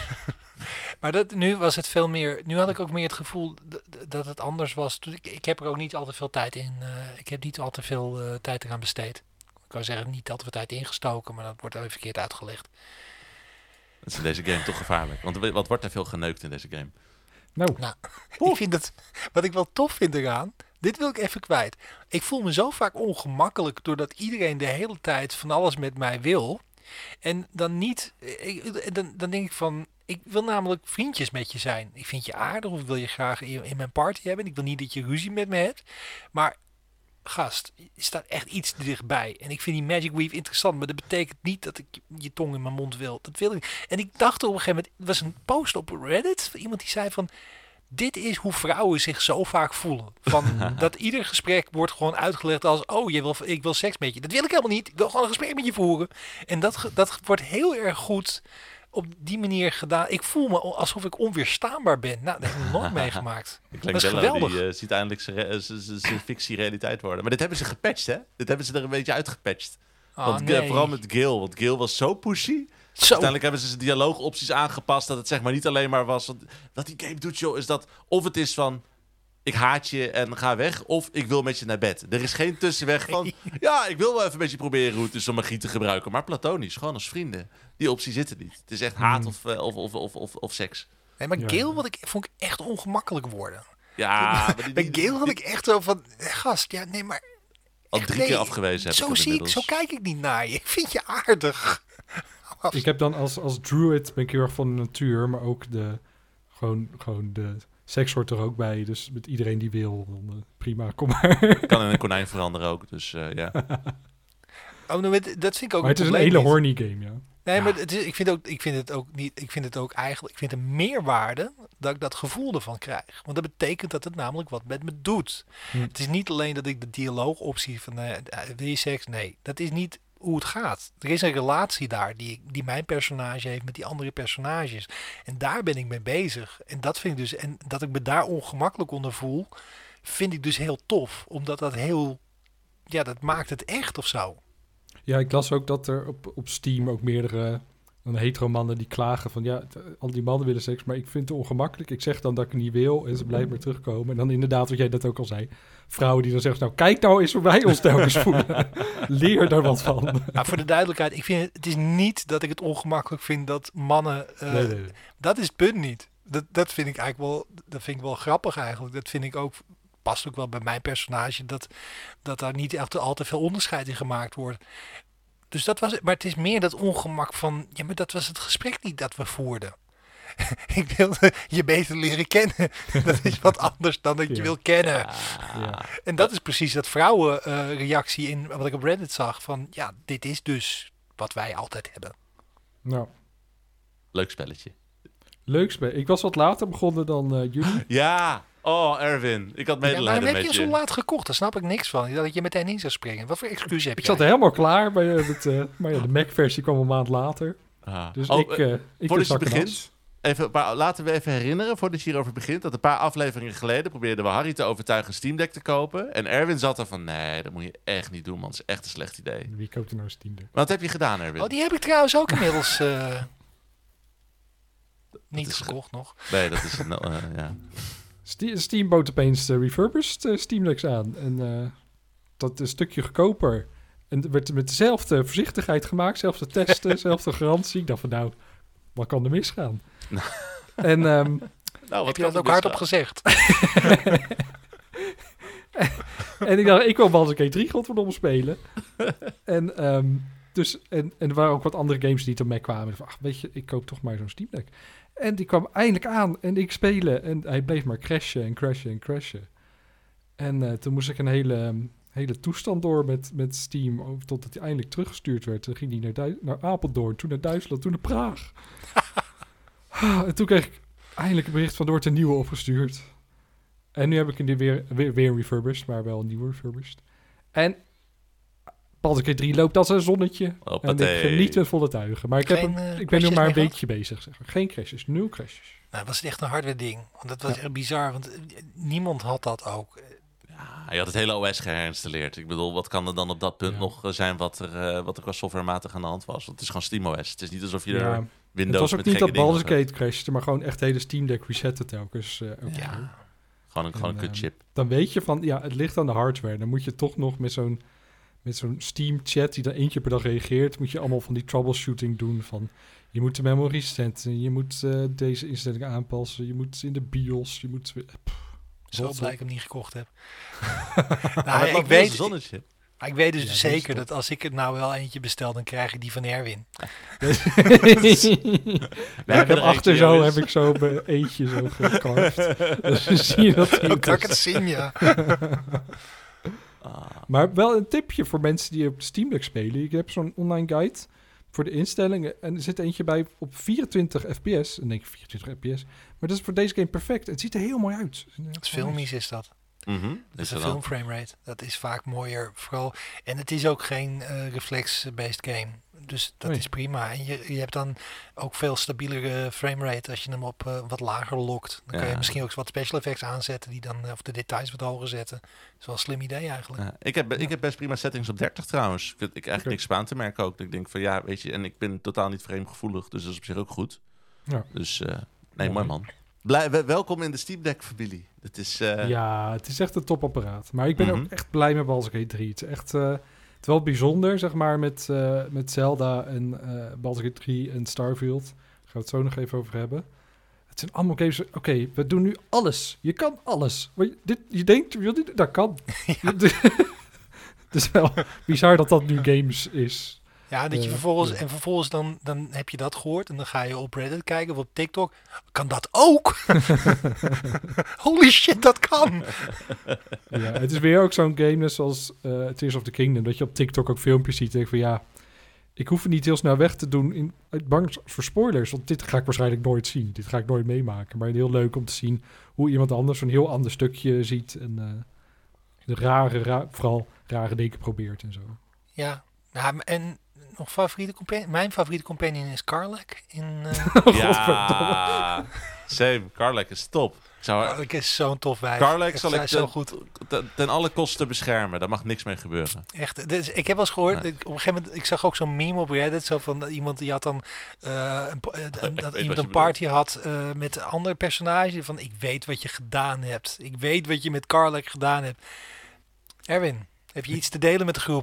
Maar nu was het veel meer... Nu had ik ook meer het gevoel dat het anders was. Ik heb er ook niet al te veel tijd in... ik heb niet al te veel tijd eraan besteed. Ik kan zeggen, niet al te veel tijd ingestoken, maar dat wordt even verkeerd uitgelegd. Dat is in deze game toch gevaarlijk. Want wat wordt er veel geneukt in deze game? Nou, Ik vind het, wat ik wel tof vind eraan, dit wil ik even kwijt. Ik voel me zo vaak ongemakkelijk doordat iedereen de hele tijd van alles met mij wil. En dan niet, dan denk ik van, ik wil namelijk vriendjes met je zijn. Ik vind je aardig of ik wil je graag in mijn party hebben. Ik wil niet dat je ruzie met me hebt. Maar gast, je staat echt iets te dichtbij. En ik vind die Magic Weave interessant, maar dat betekent niet dat ik je tong in mijn mond wil. Dat wil ik. En ik dacht op een gegeven moment, er was een post op Reddit van iemand die zei van, dit is hoe vrouwen zich zo vaak voelen. Van dat ieder gesprek wordt gewoon uitgelegd als, oh, ik wil seks met je. Dat wil ik helemaal niet. Ik wil gewoon een gesprek met je voeren. En dat wordt heel erg goed op die manier gedaan. Ik voel me alsof ik onweerstaanbaar ben. Nou, dat heb ik nog nooit meegemaakt. Dat is geweldig. Die ziet eindelijk zijn fictie realiteit worden. Maar dit hebben ze gepatcht, hè? Dit hebben ze er een beetje uitgepatcht. Vooral met Gil. Want Gil was zo pushy. Zo. Uiteindelijk hebben ze zijn dialoogopties aangepast. Dat het zeg maar niet alleen maar was. Wat die game doet, joh, is dat of het is van, ik haat je en ga weg. Of ik wil met je naar bed. Er is geen tussenweg van, ja, ik wil wel even met je proberen hoe het is om magie te gebruiken. Maar platonisch, gewoon als vrienden. Die optie zit er niet. Het is echt haat of seks. Nee, maar Gale vond ik echt ongemakkelijk worden. Ja, maar Bij Gale had ik echt zo van, gast, ja, nee, maar al 3 keer afgewezen heb zo kijk ik niet naar je. Ik vind je aardig. ik heb dan als druid ben ik heel erg van de natuur, maar ook gewoon de seks hoort er ook bij. Dus met iedereen die wil, dan, prima, kom maar. Ik kan in een konijn veranderen ook, dus ja. Oh, nou, dat vind ik ook. Maar het is een hele horny game, ja. Nee, Ja. maar ik vind het ook niet. Ik vind het ook eigenlijk. Ik vind een meerwaarde dat ik dat gevoel ervan krijg. Want dat betekent dat het namelijk wat met me doet. Het is niet alleen dat ik de dialoogoptie van wil je seks? Nee, dat is niet hoe het gaat. Er is een relatie daar die mijn personage heeft met die andere personages. En daar ben ik mee bezig. En dat vind ik dus. En dat ik me daar ongemakkelijk onder voel, vind ik dus heel tof. Omdat dat heel. Ja, dat maakt het echt of zo. Ja, ik las ook dat er op Steam ook meerdere hetero-mannen die klagen van, ja, al die mannen willen seks, maar ik vind het ongemakkelijk. Ik zeg dan dat ik het niet wil en ze blijven maar terugkomen. En dan inderdaad, wat jij dat ook al zei, vrouwen die dan zeggen, nou, kijk nou eens hoe wij ons telkens voelen. Leer daar wat van. Maar voor de duidelijkheid, ik vind het is niet dat ik het ongemakkelijk vind dat mannen. Nee. Dat is het punt niet. Dat vind ik eigenlijk wel. Dat vind ik wel grappig eigenlijk. Dat vind ik ook. Past ook wel bij mijn personage. Dat daar niet echt al te veel onderscheid in gemaakt wordt. Dus dat was het. Maar het is meer dat ongemak van. Ja, maar dat was het gesprek niet dat we voerden. Ik wilde je beter leren kennen. Dat is wat anders dan dat je wil kennen. Ja. En dat is precies dat vrouwenreactie in wat ik op Reddit zag. Van ja, dit is dus wat wij altijd hebben. Nou, Leuk spelletje. leuk spel. Ik was wat later begonnen dan jullie. Ja, oh Erwin, ik had Ja, medelijden waarom heb met je je. zo laat gekocht? Daar snap ik niks van. Dat je meteen in zou springen. Wat voor excuus heb je? Ik zat helemaal klaar, maar ja, de Mac-versie kwam een maand later. Ah. Dus Oh, ik voordat je zak en begint, as. laten we even herinneren, voordat je hierover begint, dat een paar afleveringen geleden probeerden we Harry te overtuigen een Steam Deck te kopen. En Erwin zat er van, nee, dat moet je echt niet doen, man. Dat is echt een slecht idee. Wie koopt er nou een Steam Deck? Wat heb je gedaan, Erwin? Oh, die heb ik trouwens ook inmiddels niet is gekocht nog. Nee, dat is een, ja. Steam bood opeens refurbished Steam Decks aan. En dat is een stukje goedkoper. En het werd met dezelfde voorzichtigheid gemaakt. Zelfde testen, zelfde garantie. Ik dacht van nou, wat kan er misgaan? En Nou, Heb wat je dat kan ook er hardop misgaan? gezegd? en ik dacht, ik wil Baldur's Gate 3 godverdomme spelen. En er waren ook wat andere games die op Mac kwamen. Van, weet je, ik koop toch maar zo'n Steam Deck. En die kwam eindelijk aan en ik spelen. En hij bleef maar crashen en crashen en crashen. En toen moest ik een hele toestand door met Steam. Totdat hij eindelijk teruggestuurd werd. Toen ging hij naar Apeldoorn, toen naar Duitsland, toen naar Praag. En toen kreeg ik eindelijk een bericht van er wordt een nieuwe opgestuurd. En nu heb ik hem weer een refurbished, maar wel een nieuwe refurbished. En Baldur's Gate 3 loopt als een zonnetje. Hoppatee. En ik geniet met volle tuigen. Maar ik ben nu crashes maar een meer weekje bezig. Zeg maar. Geen crashes, 0 crashes. Nou, dat was echt een hardware ding. Want dat was echt bizar. Want niemand had dat ook. Ja, je had het hele OS geïnstalleerd. Ik bedoel, wat kan er dan op dat punt nog zijn wat er qua softwarematig aan de hand was? Want het is gewoon SteamOS. Het is niet alsof je er Ja, Windows het was ook met niet gekke dat Baldur's dingen of Gate crashte, maar gewoon echt de hele Steam Deck resetten telkens. Elke Ja. keer. zo. Gewoon een kutchip. Dan weet je van, ja, het ligt aan de hardware. Dan moet je toch nog met zo'n met zo'n Steam chat die dan 1 keer per dag reageert, moet je allemaal van die troubleshooting doen van je moet de memory zetten, je moet deze instellingen aanpassen, je moet in de BIOS, je moet... Zo blij ik hem niet gekocht heb. Maar ik weet... zonnetje. Maar ik weet dus Ja, zeker dat. dat als ik er nou wel eentje bestel, dan krijg ik die van Erwin. Ik heb achter zo, heb ik zo mijn eentje zo gekarfd. Dus dan zie je dat Hoe kan ik het zien, ja. Maar wel een tipje voor mensen die op Steam Deck spelen. Ik heb zo'n online guide voor de instellingen. En er zit eentje bij op 24 fps. En denk ik 24 fps. Maar dat is voor deze game perfect. Het ziet er heel mooi uit. Het is filmisch is dat. Mhm. Dat is een filmframerate. Dat is vaak mooier. Vooral. En het is ook geen reflex-based game. Dus dat Nee. is prima. En je hebt dan ook veel stabielere framerate als je hem op wat lager lokt. Dan kan je Ja. misschien ook wat special effects aanzetten die dan of de details wat hoger zetten. Dat is wel een slim idee eigenlijk. Ja, ik heb best prima settings op 30 trouwens. Ik eigenlijk Oké. niks aan te merken ook. Ik denk van ja, weet je, en ik ben totaal niet framegevoelig, dus dat is op zich ook goed. Ja. Dus nee, Mooi. mooi man. Welkom in de Steam Deck familie. Het is Ja, het is echt een topapparaat. Maar ik ben Mhm. ook echt blij met Baldur's Gate 3. Het is echt het is wel bijzonder, zeg maar, met Zelda en Baldur's Gate 3 en Starfield. Daar gaan we het zo nog even over hebben. Het zijn allemaal games. Oké, we doen nu alles. Je kan alles. Maar je denkt, wil dit, dat kan. Het is wel bizar dat dat nu games is. Ja, dat je Ja. vervolgens, Ja. en vervolgens dan heb je dat gehoord en dan ga je op Reddit kijken of op TikTok. Kan dat ook? Holy shit, dat kan! Ja, het is weer ook zo'n game, net zoals Tears of the Kingdom, dat je op TikTok ook filmpjes ziet en denk van ja, ik hoef het niet heel snel weg te doen uit bang voor spoilers, want dit ga ik waarschijnlijk nooit zien. Dit ga ik nooit meemaken, maar heel leuk om te zien hoe iemand anders een heel ander stukje ziet en vooral rare dingen probeert en zo. Ja, nou, en nog favoriete companion. Mijn favoriete companion is Karlak. ja, same. Karlak is top. Ik zou Karlak is zo'n tof wijf. Karlak Echt, zal zij ik is zo goed. ten alle kosten beschermen. Daar mag niks mee gebeuren. Echt, dus ik heb wel eens gehoord, Ja. op een gegeven moment, ik zag ook zo'n meme op Reddit, zo van iemand die had dan, dat wat iemand je een party had met een ander personage, van ik weet wat je gedaan hebt. Ik weet wat je met Karlak gedaan hebt. Erwin, heb je iets te delen met de groep?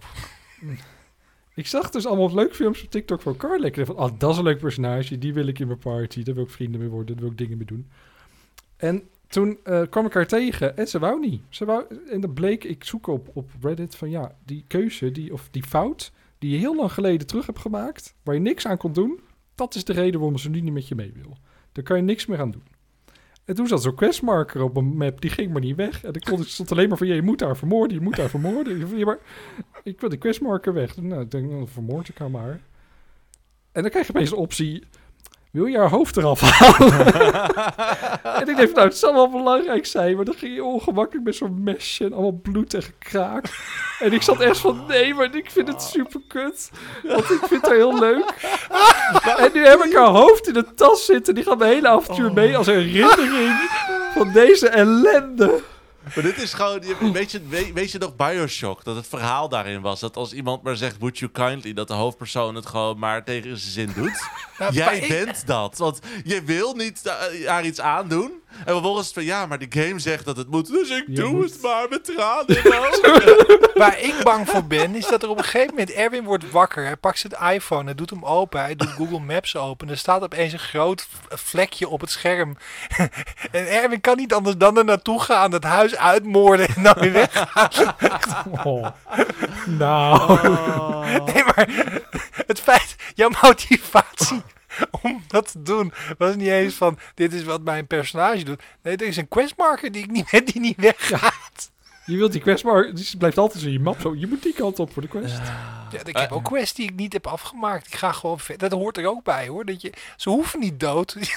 Ik zag dus allemaal leuke films op TikTok van Karlak. Ik dacht van, dat is een leuk personage. Die wil ik in mijn party. Daar wil ik vrienden mee worden. Daar wil ik dingen mee doen. En toen kwam ik haar tegen. En ze wou niet. En dat bleek, ik zoek op Reddit van ja, die keuze, die fout, die je heel lang geleden terug hebt gemaakt, waar je niks aan kon doen, dat is de reden waarom ze nu niet met je mee wil. Daar kan je niks meer aan doen. En toen zat zo'n questmarker op een map, die ging maar niet weg. En dan stond alleen maar van, je moet haar vermoorden, je moet haar vermoorden. Ik, van, ja, maar ik wil die questmarker weg. Nou, ik denk, dan vermoord ik haar maar. En dan krijg je opeens de optie, wil je haar hoofd eraf halen? En ik dacht, nou, het zal wel belangrijk zijn. Maar dan ging je ongemakkelijk met zo'n mesje en allemaal bloed en gekraak. En ik zat echt van, nee, maar ik vind het super kut. Want ik vind haar heel leuk. En nu heb ik haar hoofd in de tas zitten. Die gaat mijn hele avontuur mee als herinnering van deze ellende. Maar dit is gewoon, weet je nog Bioshock? Dat het verhaal daarin was. Dat als iemand maar zegt, would you kindly, dat de hoofdpersoon het gewoon maar tegen zijn zin doet. Nou, Jij maar bent dat. Want je wil niet haar iets aandoen. En vervolgens van, ja, maar die game zegt dat het moet. Dus ik doe moet. het maar met tranen in mijn ogen. Waar ik bang voor ben, is dat er op een gegeven moment Erwin wordt wakker. Hij pakt zijn iPhone, hij doet hem open, hij doet Google Maps open. Er staat opeens een groot vlekje op het scherm. En Erwin kan niet anders dan er naartoe gaan, het huis uitmoorden en dan weer weggaan. Oh. Nou. Nee, maar het feit, jouw motivatie om dat te doen, was niet eens van, dit is wat mijn personage doet. Nee, er is een questmarker die niet weggaat. Je wilt die questmarker, die blijft altijd in je map zo. Je moet die kant op voor de quest. Ja, ik heb ook quests die ik niet heb afgemaakt. Ik ga gewoon verder. Dat hoort er ook bij, hoor. Ze hoeven niet dood. Maar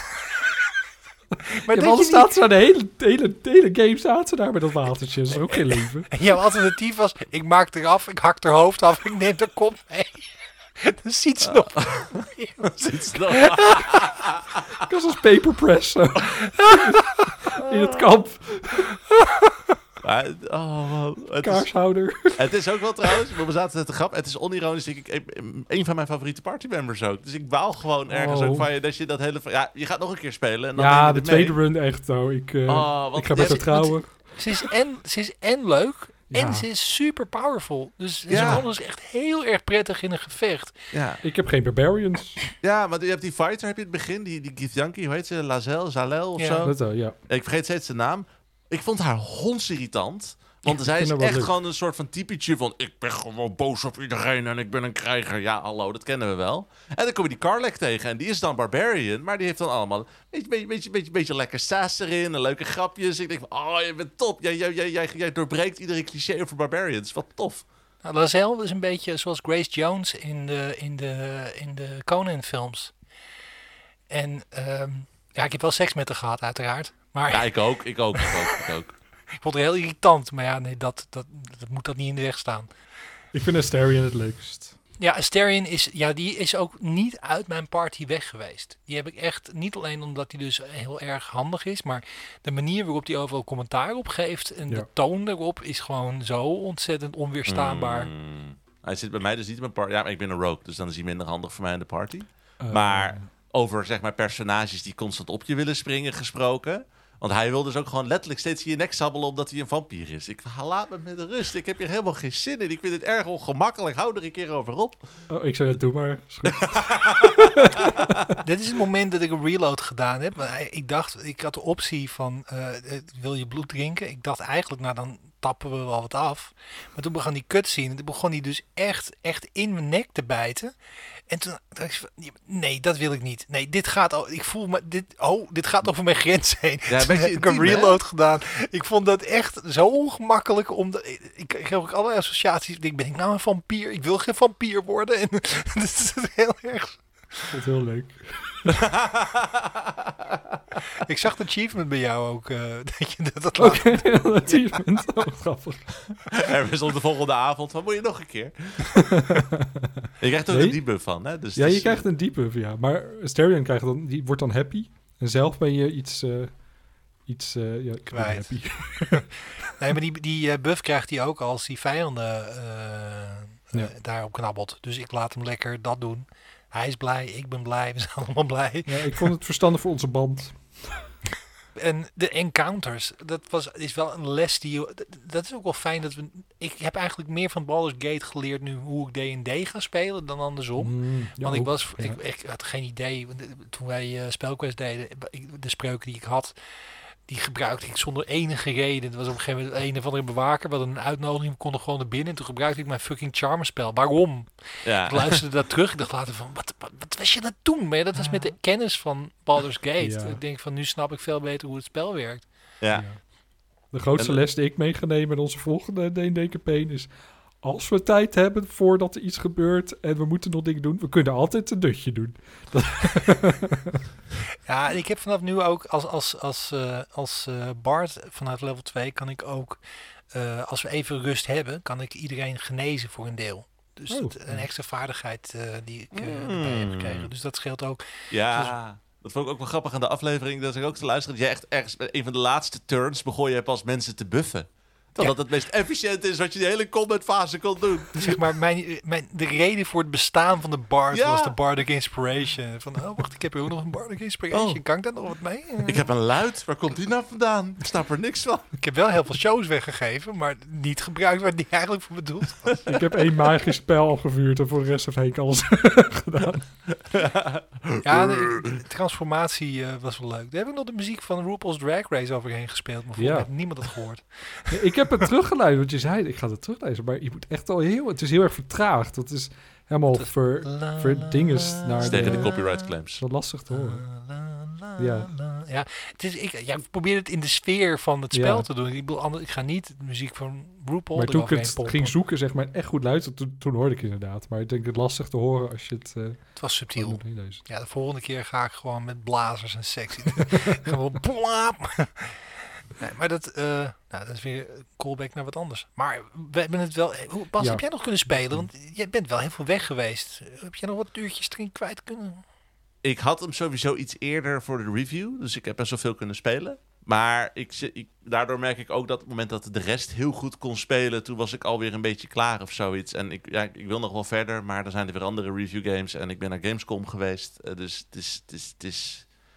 Ja, dat anders je staat ze aan de hele game staat ze daar met dat watertje. Dat is ook geen leven. niet... Jouw alternatief was, ik maak eraf, ik hak haar hoofd af, ik neem de kop mee. Dan ziet ze nog. Ik was als paperpress zo. In het kamp. Maar, het, is, Kaarshouder. het is ook wel trouwens, we zaten net te grap. Het is onironisch, denk ik, een van mijn favoriete partymembers ook. Dus ik baal gewoon ergens ook van je, dat je dat hele... Ja, je gaat nog een keer spelen en dan neem je Ja, de het mee. tweede run echt zo. Ik Want ga met haar ja, trouwen. Ze is en leuk Ja. En ze is super powerful. Dus Ja. ze is echt heel erg prettig in een gevecht. Ja. Ik heb geen barbarians. Ja, want je hebt die fighter, heb je in het begin, die Githyanki, hoe heet ze? Zalel of Ja. zo? Dat wel, ja. Ik vergeet steeds de naam. Ik vond haar hondsirritant. Want zij vind is haar wel echt leuk. gewoon een soort van typetje van... ik ben gewoon boos op iedereen en ik ben een krijger. Ja, hallo, dat kennen we wel. En dan kom je die Karlek tegen en die is dan barbarian. Maar die heeft dan allemaal een beetje lekker sass erin en leuke grapjes. Ik denk van, oh, je bent top. Jij doorbreekt iedere cliché over barbarians. Wat tof. Nou, Lazel is een beetje zoals Grace Jones in de Conan-films. En ja, ik heb wel seks met haar gehad, uiteraard. Maar Ja, ik ook. Ik ook. ik vond het heel irritant. Maar ja, nee, dat moet dat niet in de weg staan. Ik vind Astarion het leukst. Ja, Astarion die is ook niet uit mijn party weg geweest. Die heb ik echt, niet alleen omdat hij dus heel erg handig is, maar de manier waarop hij overal commentaar op geeft en Ja. de toon erop is gewoon zo ontzettend onweerstaanbaar. Hij zit bij mij dus niet in mijn party. Ja, maar ik ben een rogue, dus dan is hij minder handig voor mij in de party. Eh, Maar over, zeg maar, personages die constant op je willen springen gesproken. Want hij wil dus ook gewoon letterlijk steeds in je nek sabbelen omdat hij een vampier is. Ik laat me met rust. Ik heb hier helemaal geen zin in. Ik vind het erg ongemakkelijk. Hou er een keer over op. Oh, ik zei, doe maar. Is goed. Dit is het moment dat ik een reload gedaan heb. Maar ik had de optie van, wil je bloed drinken? Ik dacht eigenlijk, nou dan tappen we wel wat af. Maar toen begon die cutscene, toen begon die dus echt in mijn nek te bijten. En toen dacht ik van, nee, dat wil ik niet. Nee, dit gaat, ik voel me, dit gaat over mijn grens heen. Ja, een Toen beetje heb ik een intiem, hè? reload gedaan. Ik vond dat echt zo ongemakkelijk. Ik heb ook allerlei associaties. Ben ik nou een vampier? Ik wil geen vampier worden. En dat is heel erg. Ik vond het heel leuk. Ik zag de achievement bij jou ook. Dat je dat laat. Oké, heel achievement. Oh, grappig. Er is op de volgende avond van, moet je nog een keer? Je krijgt ook Nee? een debuff van, hè? Dus Ja, het je is, krijgt een debuff, ja. Maar Astarion die wordt dan happy. En zelf ben je iets ja, ik ben Kwijt. happy. Nee, maar die buff krijgt hij ook als die vijanden Ja. daarop knabbelt. Dus ik laat hem lekker dat doen. Hij is blij, ik ben blij, we zijn allemaal blij. Ja, ik vond het verstandig voor onze band. En de encounters, is wel een les die dat is ook wel fijn dat ik heb eigenlijk meer van Baldur's Gate geleerd nu hoe ik D&D ga spelen dan andersom. Ja, Want ook, ja. ik had geen idee, toen wij Spelquest deden, de spreuken die ik had, die gebruikte ik zonder enige reden. Het was op een gegeven moment een of andere bewaker, we hadden een uitnodiging, we konden gewoon naar binnen. En toen gebruikte ik mijn fucking charmer spel. Waarom? ja. Ik luisterde dat terug. Ik dacht later van, wat was je aan het doen? Maar ja, dat was met de kennis van Baldur's Gate. Ja. Ik denk van, nu snap ik veel beter hoe het spel werkt. Ja. Ja. De grootste En- les die ik mee ga nemen in onze volgende D&D-campaign is... Als we tijd hebben voordat er iets gebeurt en we moeten nog dingen doen... we kunnen altijd een dutje doen. Ja, en ik heb vanaf nu ook als Bard vanuit level 2 kan ik ook, als we even rust hebben, kan ik iedereen genezen voor een deel. Dus Oh. een extra vaardigheid die ik erbij heb gekregen. Dus dat scheelt ook. Ja, dat vond ik ook wel grappig aan de aflevering. Dat ik ook te luisteren. Dat jij echt ergens bij een van de laatste turns begon je pas mensen te buffen. Terwijl dat het meest efficiënt is wat je de hele combat fase kon doen. Zeg maar, de reden voor het bestaan van de Bard Ja. was de Bardic Inspiration. Van, oh wacht, ik heb hier ook nog een Bardic Inspiration. Oh. Kan ik daar nog wat mee? Ik heb een luid. Waar komt die nou vandaan? Ik snap er niks van. Ik heb wel heel veel shows weggegeven, maar niet gebruikt waar die eigenlijk voor bedoeld was. Ik heb 1 magisch spel afgevuurd en voor de rest heeft Henk alles gedaan. Ja, de transformatie was wel leuk. Daar heb ik nog de muziek van RuPaul's Drag Race overheen gespeeld, maar volgens mij heeft niemand het gehoord. Ik heb het teruggeluisterd, want je zei, ik ga het teruglezen. Maar je moet echt al het is heel erg vertraagd. Dat is helemaal verdinges naar Dat is tegen de copyright claims. Zo lastig te horen. Ja. Ja, ik probeer het in de sfeer van het spel Ja. te doen. Ik bedoel, ik ga niet de muziek van RuPaul Maar toen ik eroverheen het pompen. ging zoeken, zeg maar, echt goed luisteren, toen hoorde ik het inderdaad. Maar ik denk het lastig te horen als je het Het was subtiel. moet inlezen. Ja, de volgende keer ga ik gewoon met blazers en sexy. Gewoon blaap. Nee, maar dat is weer een callback naar wat anders. Maar we hebben het wel... Bas, Ja. heb jij nog kunnen spelen? Want jij bent wel heel veel weg geweest. Heb jij nog wat uurtjes erin kwijt kunnen? Ik had hem sowieso iets eerder voor de review. Dus ik heb best wel veel kunnen spelen. Maar daardoor merk ik ook dat op het moment dat de rest heel goed kon spelen... toen was ik alweer een beetje klaar of zoiets. En ik wil nog wel verder, maar er zijn er weer andere review games. En ik ben naar Gamescom geweest. Dus het is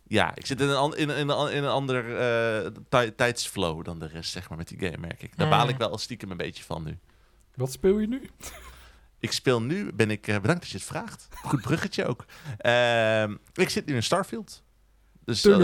Ja, ik zit in een ander tijdsflow dan de rest, zeg maar, met die game, merk ik. Daar baal ik wel stiekem een beetje van nu. Wat speel je nu? Ik speel nu, bedankt dat je het vraagt. Goed bruggetje ook. Ik zit nu in Starfield. Dus, Is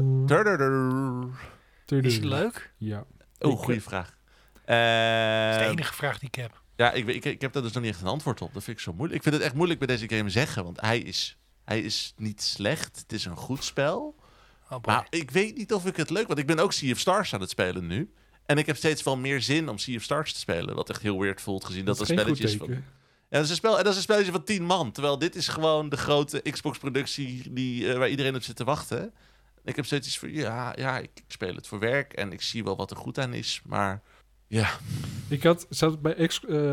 het leuk? Ja. goede vraag. Dat is de enige vraag die ik heb. Ja, ik heb daar dus nog niet echt een antwoord op. Dat vind ik zo moeilijk. Ik vind het echt moeilijk bij deze game zeggen, want hij is niet slecht. Het is een goed spel. Oh boy. Maar ik weet niet of ik het leuk... Want ik ben ook Sea of Stars aan het spelen nu. En ik heb steeds wel meer zin om Sea of Stars te spelen. Wat echt heel weird voelt, gezien dat is een geen goed spelletje is teken. Ja, dat is een spelletje van 10 man. Terwijl dit is gewoon de grote Xbox-productie waar iedereen op zit te wachten. Ik heb steeds iets van... Ja, ik speel het voor werk. En ik zie wel wat er goed aan is. Maar ja... Ik had zelfs bij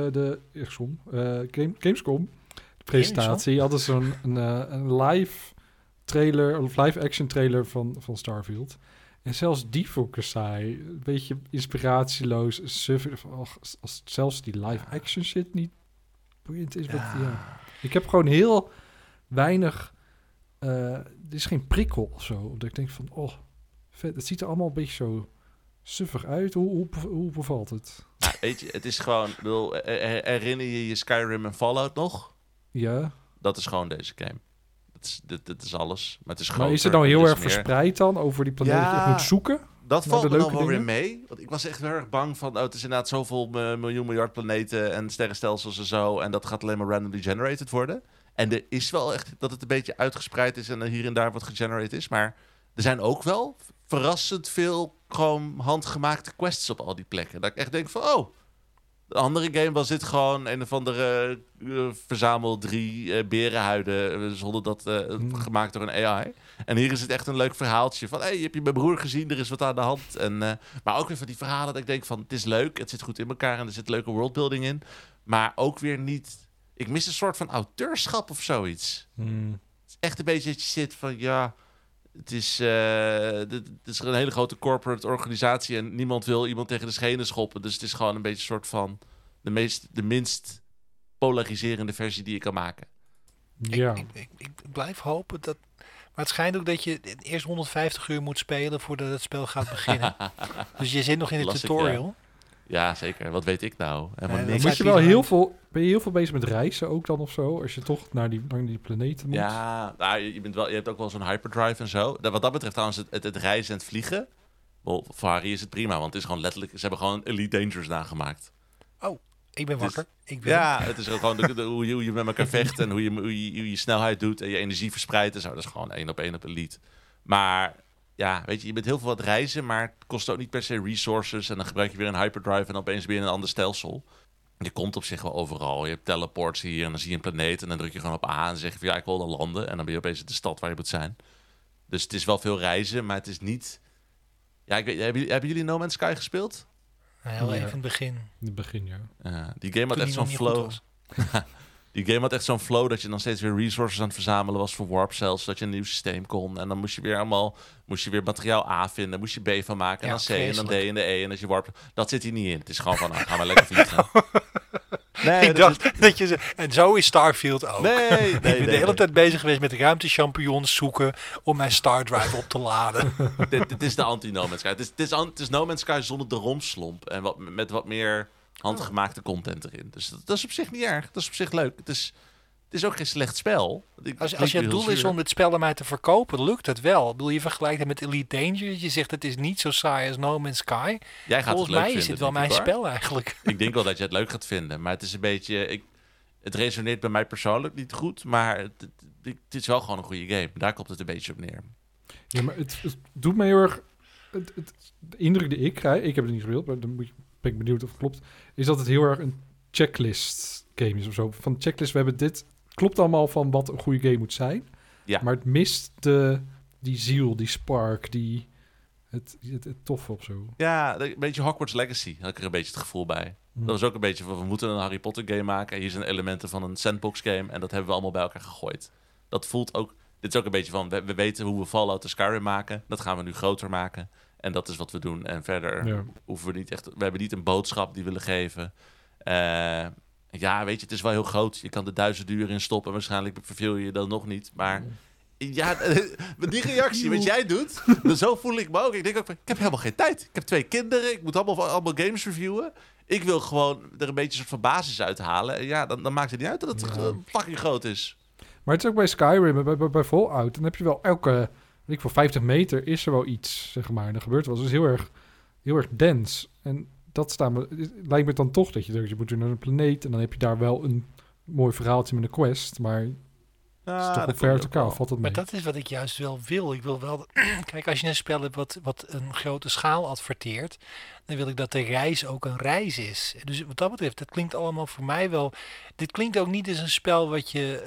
Gamescom, de presentatie, hadden ze een live trailer, of live action trailer van Starfield. En zelfs die vond ik saai. Een beetje inspiratieloos. Als zelfs die live action shit niet boeiend is. Ik heb gewoon heel weinig... er is geen prikkel of zo. Omdat ik denk van, vet. Het ziet er allemaal een beetje zo suffig uit. Hoe bevalt het? Nou, weet je, het is gewoon... herinner je je Skyrim en Fallout nog? Ja. Dat is gewoon deze game. Dit is alles. Maar het is Maar is het nou heel erg verspreid dan over die planeet? Ja, Dat je moet zoeken? Dat naar valt de me dan leuke wel weer dingen? mee. Want ik was echt heel erg bang van... het is inderdaad zoveel miljard planeten en sterrenstelsels en zo. En dat gaat alleen maar randomly generated worden. En er is wel echt dat het een beetje uitgespreid is en er hier en daar wat gegenerate is. Maar er zijn ook wel verrassend veel gewoon handgemaakte quests op al die plekken. Dat ik echt denk van, de andere game was dit gewoon een of andere verzamel 3 berenhuiden zonder dat gemaakt door een AI. En hier is het echt een leuk verhaaltje van, heb je mijn broer gezien? Er is wat aan de hand. En, maar ook weer van die verhalen dat ik denk van, het is leuk, het zit goed in elkaar en er zit leuke worldbuilding in. Maar ook weer niet... Ik mis een soort van auteurschap of zoiets. Het is echt een beetje dat je zit van, het is een hele grote corporate organisatie en niemand wil iemand tegen de schenen schoppen. Dus het is gewoon een beetje een soort van de minst polariserende versie die je kan maken. Ja. Ik blijf hopen dat... Maar het schijnt ook dat je eerst 150 uur moet spelen voordat het spel gaat beginnen. Dus je zit nog in de Lastig, tutorial. Ja, zeker. Wat weet ik nou? Helemaal Nee, niks. Moet je wel ben je heel veel bezig met reizen ook dan of zo? Als je toch naar die planeten moet? Ja, nou, je hebt ook wel zo'n hyperdrive en zo. Wat dat betreft trouwens, het reizen en het vliegen. Wel, voor Harry is het prima, want het is gewoon letterlijk... Ze hebben gewoon Elite Dangerous nagemaakt. Ik ben wakker. Het is ook gewoon hoe je met elkaar vecht en hoe je snelheid doet en je energie verspreidt en zo. Dat is gewoon 1 op Elite. Maar ja, weet je, je bent heel veel wat reizen, maar het kost ook niet per se resources. En dan gebruik je weer een hyperdrive en opeens weer een ander stelsel. Je komt op zich wel overal. Je hebt teleports hier en dan zie je een planeet en dan druk je gewoon op A en dan zeg je van ik wil dan landen. En dan ben je opeens in de stad waar je moet zijn. Dus het is wel veel reizen, maar het is niet... Ja, ik weet, hebben jullie No Man's Sky gespeeld? Heel even in het begin. In het begin, ja. Die game had echt zo'n flow. Die game had echt zo'n flow dat je dan steeds weer resources aan het verzamelen was voor warp cells, zodat je een nieuw systeem kon. En dan moest je weer materiaal A vinden, moest je B van maken, en dan C, en dan D en de E. En als je warp... Dat zit hier niet in. Het is gewoon van, ga maar lekker vliegen. Nee, ik dacht dat je... En zo is Starfield ook. Nee. Ik ben de hele tijd bezig geweest met ruimtechampignons zoeken om mijn Star Drive op te laden. Dit is de anti-No Man's Sky. Het is No Man's Sky zonder de romslomp en met wat meer handgemaakte content erin. Dus dat is op zich niet erg. Dat is op zich leuk. Het is ook geen slecht spel. Als je het doel is om het spel aan mij te verkopen, lukt het wel. Ik bedoel, je vergelijkt het met Elite Dangerous. Je zegt het is niet zo saai als No Man's Sky. Jij gaat Volgens het leuk mij vinden, is het wel mijn spel eigenlijk. Ik denk wel dat je het leuk gaat vinden. Maar het is een beetje... Het resoneert bij mij persoonlijk niet goed. Maar het is wel gewoon een goede game. Daar komt het een beetje op neer. Ja, maar het doet mij heel erg... De indruk die ik krijg... Ik heb het niet gespeeld, maar dan ben ik benieuwd of het klopt. Is dat het heel erg een checklist game is of zo. Van de checklist, we hebben dit... Klopt allemaal van wat een goede game moet zijn. Ja. Maar het mist die ziel, die spark, het toffe of zo. Ja, een beetje Hogwarts Legacy had ik er een beetje het gevoel bij. Dat was ook een beetje van, we moeten een Harry Potter game maken. En hier zijn elementen van een sandbox game. En dat hebben we allemaal bij elkaar gegooid. Dat voelt ook... Dit is ook een beetje van, we weten hoe we Fallout en Skyrim maken. Dat gaan we nu groter maken. En dat is wat we doen. En verder hoeven we niet echt... We hebben niet een boodschap die we willen geven. Ja, weet je, het is wel heel groot. Je kan er 1000 uur in stoppen. Waarschijnlijk verveel je dan nog niet. Maar Ja, met die reactie wat jij doet, zo voel ik me ook. Ik denk ook van, ik heb helemaal geen tijd. Ik heb 2 kinderen, ik moet allemaal games reviewen. Ik wil gewoon er een beetje een soort van basis uithalen. En ja, dan maakt het niet uit dat het fucking groot is. Maar het is ook bij Skyrim en bij Fallout. Dan heb je wel elke, voor 50 meter is er wel iets, zeg maar. En er gebeurt wel. Het is heel erg dense. En dat lijkt me dan toch dat je moet naar een planeet. En dan heb je daar wel een mooi verhaaltje met een quest. Maar het is toch wel ver uit elkaar. Of valt het mee? Maar dat is wat ik juist wel wil. Ik wil wel... Kijk, als je een spel hebt wat een grote schaal adverteert, dan wil ik dat de reis ook een reis is. Dus wat dat betreft, dat klinkt allemaal voor mij wel... Dit klinkt ook niet als een spel wat je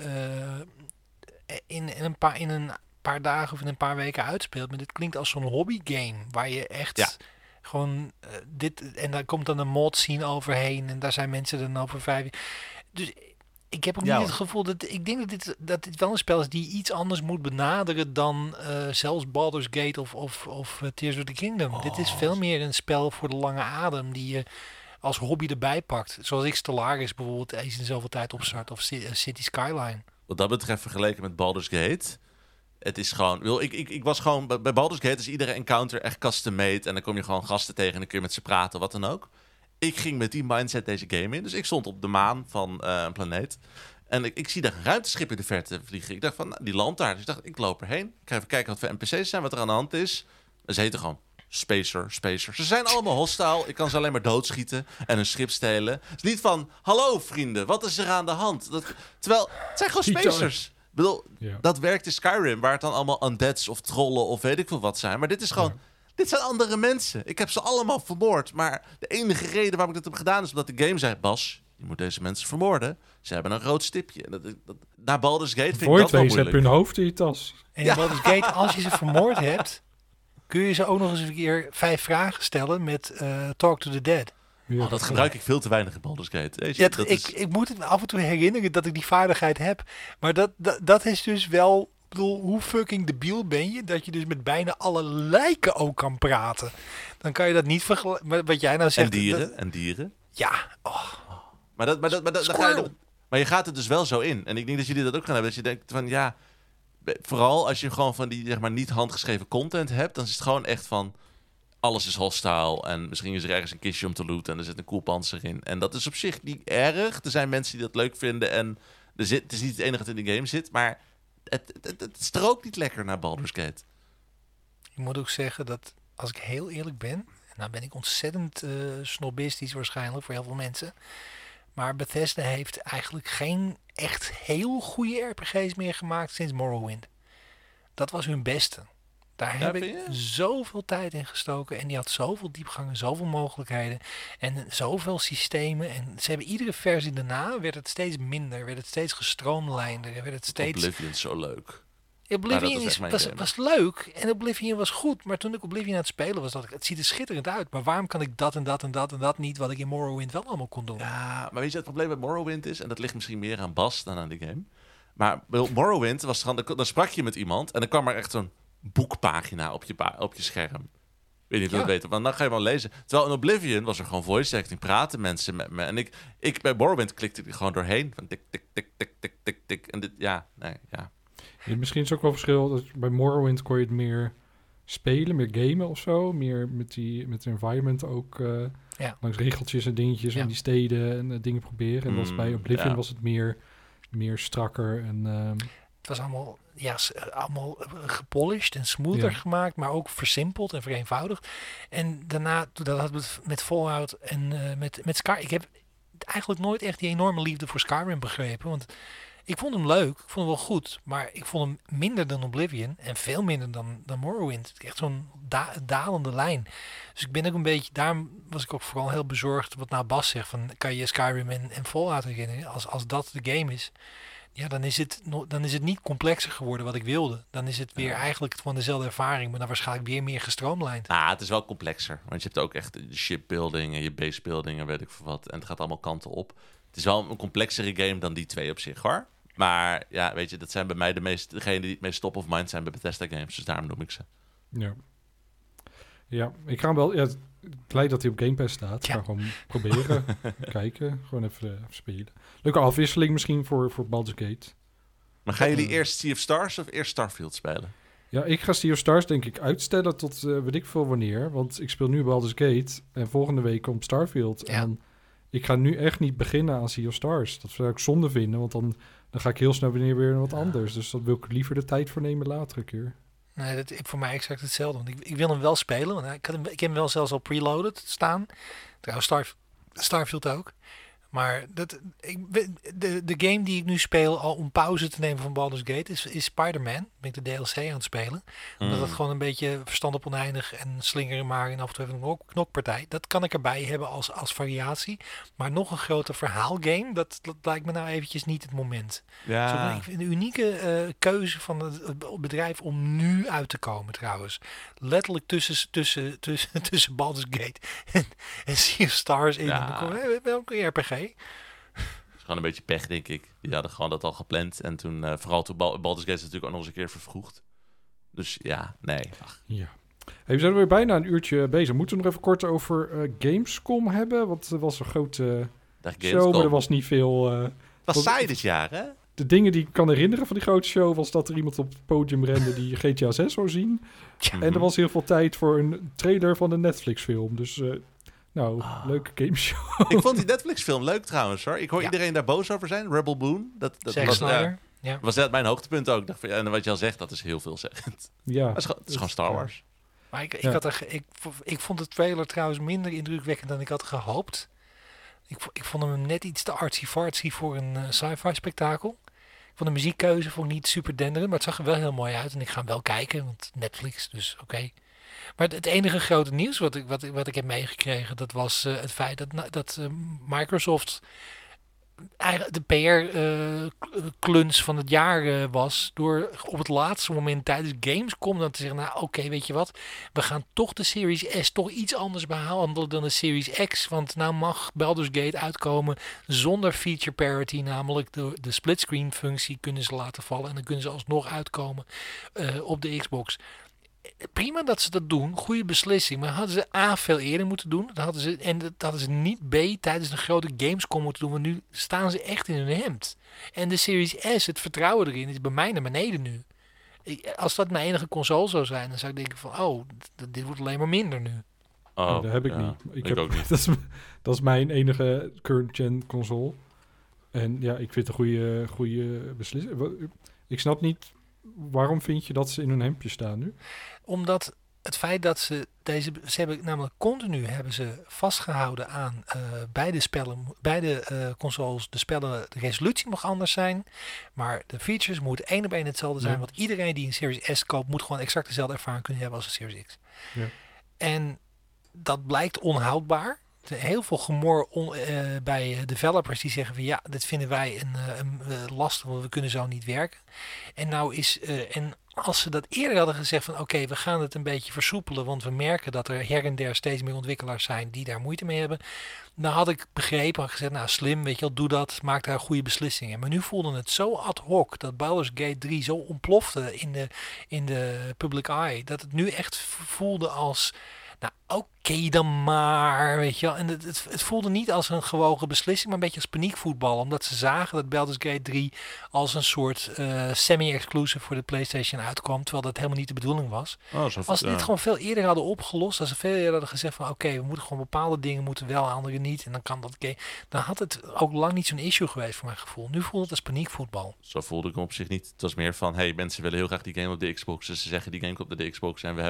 in een paar dagen of in een paar weken uitspeelt. Maar dit klinkt als zo'n hobbygame, waar je echt... Gewoon dit... En daar komt dan een mod scene overheen. En daar zijn mensen dan over 5 jaar. Dus... Ik heb ook niet het gevoel ik denk dat dit wel een spel is die iets anders moet benaderen dan zelfs Baldur's Gate of Tears of the Kingdom. Dit is veel meer een spel voor de lange adem die je als hobby erbij pakt. Zoals ik Stellaris bijvoorbeeld eens in zoveel tijd opstart of City Skyline. Wat dat betreft vergeleken met Baldur's Gate, het is gewoon... Ik was gewoon... Bij Baldur's Gate is iedere encounter echt custom-made en dan kom je gewoon gasten tegen en dan kun je met ze praten, wat dan ook. Ik ging met die mindset deze game in. Dus ik stond op de maan van een planeet. En ik zie daar een ruimteschip in de verte vliegen. Ik dacht van, die landt daar. Dus ik dacht, ik loop erheen. Ik ga even kijken wat voor NPC's zijn, wat er aan de hand is. Ze heten gewoon Spacer. Ze zijn allemaal hostile. Ik kan ze alleen maar doodschieten en hun schip stelen. Het is niet van, hallo vrienden, wat is er aan de hand? Terwijl, het zijn gewoon Spacers. Ik bedoel, dat werkt in Skyrim, waar het dan allemaal undeads of trollen of weet ik veel wat zijn. Maar dit is gewoon... Ja. Dit zijn andere mensen. Ik heb ze allemaal vermoord. Maar de enige reden waarom ik dit heb gedaan is omdat de game zei... Bas, je moet deze mensen vermoorden. Ze hebben een rood stipje. Na Baldur's Gate vind ik dat wel moeilijk. Heb je hun hoofd in je tas. En in Baldur's Gate, als je ze vermoord hebt... kun je ze ook nog eens een keer 5 vragen stellen met Talk to the Dead. Ja, dat gebruik ik veel te weinig in Baldur's Gate. Ik moet het me af en toe herinneren dat ik die vaardigheid heb. Maar dat is dus wel... Ik bedoel, hoe fucking debiel ben je dat je dus met bijna alle lijken ook kan praten? Dan kan je dat niet vergelijken. Wat jij nou zegt. En dieren. Ja. Maar je gaat er dus wel zo in. En ik denk dat jullie dat ook gaan hebben. Dat je denkt van ja, vooral als je gewoon van die zeg maar niet handgeschreven content hebt, dan is het gewoon echt van alles is hostile en misschien is er ergens een kistje om te looten en er zit een cool panzer in. En dat is op zich niet erg. Er zijn mensen die dat leuk vinden en het is niet het enige dat in de game zit, maar het strookt niet lekker naar Baldur's Gate. Ik moet ook zeggen dat, als ik heel eerlijk ben... en nou ben ik ontzettend snobistisch waarschijnlijk voor heel veel mensen... maar Bethesda heeft eigenlijk geen echt heel goede RPG's meer gemaakt sinds Morrowind. Dat was hun beste. Daar heb ik zoveel tijd in gestoken en die had zoveel diepgangen, zoveel mogelijkheden en zoveel systemen. En ze hebben iedere versie daarna, werd het steeds minder, werd het steeds gestroomlijnder, werd het steeds... Oblivion is zo leuk. Oblivion was leuk en Oblivion was goed, maar toen ik Oblivion aan het spelen was, dacht ik, het ziet er schitterend uit, maar waarom kan ik dat en dat en dat en dat niet, wat ik in Morrowind wel allemaal kon doen? Ja, maar weet je, het probleem met Morrowind is, en dat ligt misschien meer aan Bas dan aan de game, maar Morrowind was dan sprak je met iemand en dan kwam er echt zo'n boekpagina op je scherm. Weet niet of je dat weet, want dan ga je wel lezen. Terwijl in Oblivion was er gewoon voice acting, praten mensen met me. En ik bij Morrowind klikte ik er gewoon doorheen. Van tik, tik, tik, tik, tik, tik, tik. En dit, ja. Misschien is het ook wel verschil. Dat bij Morrowind kon je het meer spelen, meer gamen of zo. Meer met het environment ook langs regeltjes en dingetjes en die steden en dingen proberen. En was bij Oblivion was het meer strakker en... Het was allemaal gepolished en smoother gemaakt, maar ook versimpeld en vereenvoudigd. En daarna, dat had met Fallout en met Skyrim. Ik heb eigenlijk nooit echt die enorme liefde voor Skyrim begrepen, want ik vond hem leuk, ik vond hem wel goed, maar ik vond hem minder dan Oblivion en veel minder dan Morrowind. Echt zo'n dalende lijn. Dus ik ben ook een beetje, daarom was ik ook vooral heel bezorgd wat nou Bas zegt, van kan je Skyrim en Fallout herinneren, als dat de game is. Ja, dan is het niet complexer geworden wat ik wilde. Dan is het weer eigenlijk van dezelfde ervaring, maar dan waarschijnlijk weer meer gestroomlijnd. Het is wel complexer, want je hebt ook echt de shipbuilding en je basebuilding en weet ik veel wat. En het gaat allemaal kanten op. Het is wel een complexere game dan die twee op zich, hoor. Maar ja, weet je, dat zijn bij mij degenen die het meest top of mind zijn bij Bethesda games. Dus daarom noem ik ze. Ja, ik ga hem wel... Ja, blij dat hij op Game Pass staat. Ja. Ga gewoon proberen, kijken. Gewoon even spelen. Leuke afwisseling misschien voor Baldur's Gate. Maar gaan jullie eerst Sea of Stars of eerst Starfield spelen? Ja, ik ga Sea of Stars denk ik uitstellen tot weet ik veel wanneer. Want ik speel nu Baldur's Gate en volgende week komt Starfield. Ja. En dan, ik ga nu echt niet beginnen aan Sea of Stars. Dat zou ik zonde vinden, want dan ga ik heel snel weer wat anders. Dus dat wil ik liever de tijd voor nemen later een keer. Nee, voor mij exact hetzelfde. Want ik wil hem wel spelen. Want ik heb hem wel zelfs al preloaded staan. Trouwens, Starfield ook. Maar de game die ik nu speel, al om pauze te nemen van Baldur's Gate, is Spider-Man. Ben ik de DLC aan het spelen. Omdat het gewoon een beetje verstand op oneindig en slingeren maar en af en toe even een knokpartij. Dat kan ik erbij hebben als variatie. Maar nog een groter verhaalgame, dat lijkt me nou eventjes niet het moment. Ja. Ik vind een unieke keuze van het bedrijf om nu uit te komen trouwens. Letterlijk tussen Baldur's Gate en Sea of Stars in. Welke RPG? Gewoon een beetje pech, denk ik. Die hadden gewoon dat al gepland. En toen, vooral toen Baldur's Gate is natuurlijk ook nog eens een keer vervroegd. Dus ja, nee. Ach. Ja. Hey, we zijn weer bijna een uurtje bezig. Moeten we nog even kort over Gamescom hebben? Want er was een grote show, maar er was niet veel... Het was saai dit jaar, hè? De dingen die ik kan herinneren van die grote show was dat er iemand op het podium rende die GTA 6 zou zien. Ja. En er was heel veel tijd voor een trailer van een Netflix-film. Dus... leuke gameshow. Ik vond die Netflix-film leuk trouwens, hoor. Ik hoor iedereen daar boos over zijn. Rebel Moon. Dat was, was dat mijn hoogtepunt ook. En wat je al zegt, dat is heel veelzeggend. Ja. Het is gewoon Star Wars. Maar ik vond de trailer trouwens minder indrukwekkend dan ik had gehoopt. Ik vond hem net iets te artsy-fartsy voor een sci-fi spektakel. Ik vond de muziekkeuze niet super denderend, maar het zag er wel heel mooi uit. En ik ga hem wel kijken, want Netflix, dus oké. Maar het enige grote nieuws wat ik heb meegekregen, dat was het feit dat Microsoft eigenlijk de PR-kluns van het jaar was, door op het laatste moment tijdens Gamescom dan te zeggen, nou oké, weet je wat, we gaan toch de Series S toch iets anders behandelen dan de Series X, want nou mag Baldur's Gate uitkomen zonder feature parity, namelijk de splitscreen functie kunnen ze laten vallen en dan kunnen ze alsnog uitkomen op de Xbox. Prima dat ze dat doen, goede beslissing. Maar hadden ze A veel eerder moeten doen. Dat hadden ze niet B tijdens een grote Gamescom moeten doen. Want nu staan ze echt in hun hemd. En de Series S, het vertrouwen erin, is bij mij naar beneden nu. Als dat mijn enige console zou zijn, dan zou ik denken van, dit wordt alleen maar minder nu. Oh, dat heb ik niet. Ik ook niet. Dat is mijn enige current-gen console. En ja, ik vind het een goede beslissing. Ik snap niet, waarom vind je dat ze in hun hemdje staan nu? Omdat het feit dat ze hebben namelijk continu vastgehouden aan beide consoles, de resolutie mag anders zijn, maar de features moeten één op één hetzelfde zijn. Want iedereen die een Series S koopt, moet gewoon exact dezelfde ervaring kunnen hebben als een Series X. Ja. En dat blijkt onhoudbaar. Er heel veel gemor bij developers die zeggen van ja, dit vinden wij een lastig, want we kunnen zo niet werken. En nou en als ze dat eerder hadden gezegd van oké, we gaan het een beetje versoepelen, want we merken dat er her en der steeds meer ontwikkelaars zijn die daar moeite mee hebben. Dan had ik begrepen, had gezegd, nou slim, weet je wel, doe dat, maak daar goede beslissingen. Maar nu voelde het zo ad hoc dat Baldur's Gate 3 zo ontplofte in de public eye, dat het nu echt voelde als, nou oké dan maar, weet je wel. En het voelde niet als een gewogen beslissing, maar een beetje als paniekvoetbal. Omdat ze zagen dat Baldur's Gate 3 als een soort semi-exclusive voor de PlayStation uitkwam. Terwijl dat helemaal niet de bedoeling was. Als ze dit gewoon veel eerder hadden opgelost. Als ze veel eerder hadden gezegd van oké, we moeten gewoon bepaalde dingen moeten wel, andere niet. En dan kan dat game. Dan had het ook lang niet zo'n issue geweest voor mijn gevoel. Nu voelde het als paniekvoetbal. Zo voelde ik hem op zich niet. Het was meer van, hey, mensen willen heel graag die game op de Xbox. Dus ze zeggen die game komt op de Xbox. En we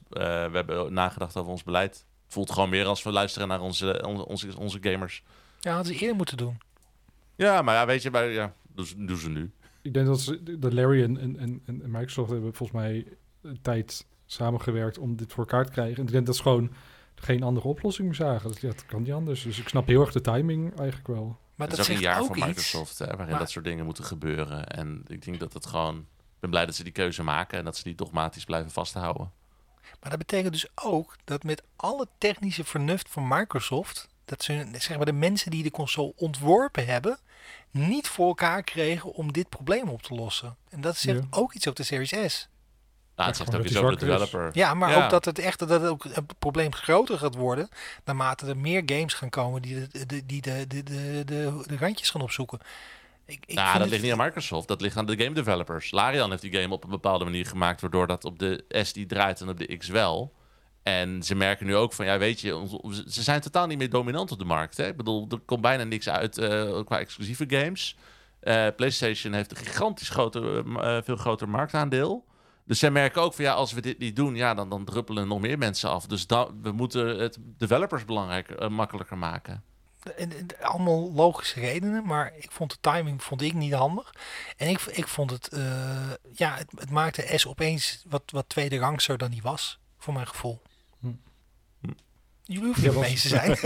hebben nagedacht over ons beleid. Voelt gewoon meer als we luisteren naar onze gamers. Ja, hadden ze eerder moeten doen. Ja, maar ja, weet je, doen ze nu. Ik denk dat Larry en Microsoft hebben volgens mij een tijd samengewerkt om dit voor elkaar te krijgen. En ik denk dat ze gewoon geen andere oplossing meer zagen. Dat kan niet anders. Dus ik snap heel erg de timing eigenlijk wel. Maar dat is ook een jaar voor Microsoft, waarin dat soort dingen moeten gebeuren. En ik denk dat het gewoon... Ik ben blij dat ze die keuze maken en dat ze die dogmatisch blijven vasthouden. Maar dat betekent dus ook dat met alle technische vernuft van Microsoft, dat ze, zeg maar, de mensen die de console ontworpen hebben, niet voor elkaar kregen om dit probleem op te lossen. En dat zegt ook iets over de Series S. Nou, het zegt ook iets over de developer. Ja, maar ook dat het ook een probleem groter gaat worden, naarmate er meer games gaan komen die de randjes gaan opzoeken. Nou, dat ligt niet aan Microsoft. Dat ligt aan de game developers. Larian heeft die game op een bepaalde manier gemaakt, waardoor dat op de S die draait en op de X wel. En ze merken nu ook van, ja, weet je, ze zijn totaal niet meer dominant op de markt. Hè? Ik bedoel, er komt bijna niks uit qua exclusieve games. PlayStation heeft een gigantisch veel groter marktaandeel. Dus zij merken ook van, ja, als we dit niet doen, ja, dan druppelen nog meer mensen af. Dus we moeten het developers makkelijker maken. En allemaal logische redenen, maar ik vond de timing niet handig. En ik vond het, het maakte S opeens wat tweede rangser dan die was, voor mijn gevoel. Jullie hoeven niet mee te zijn.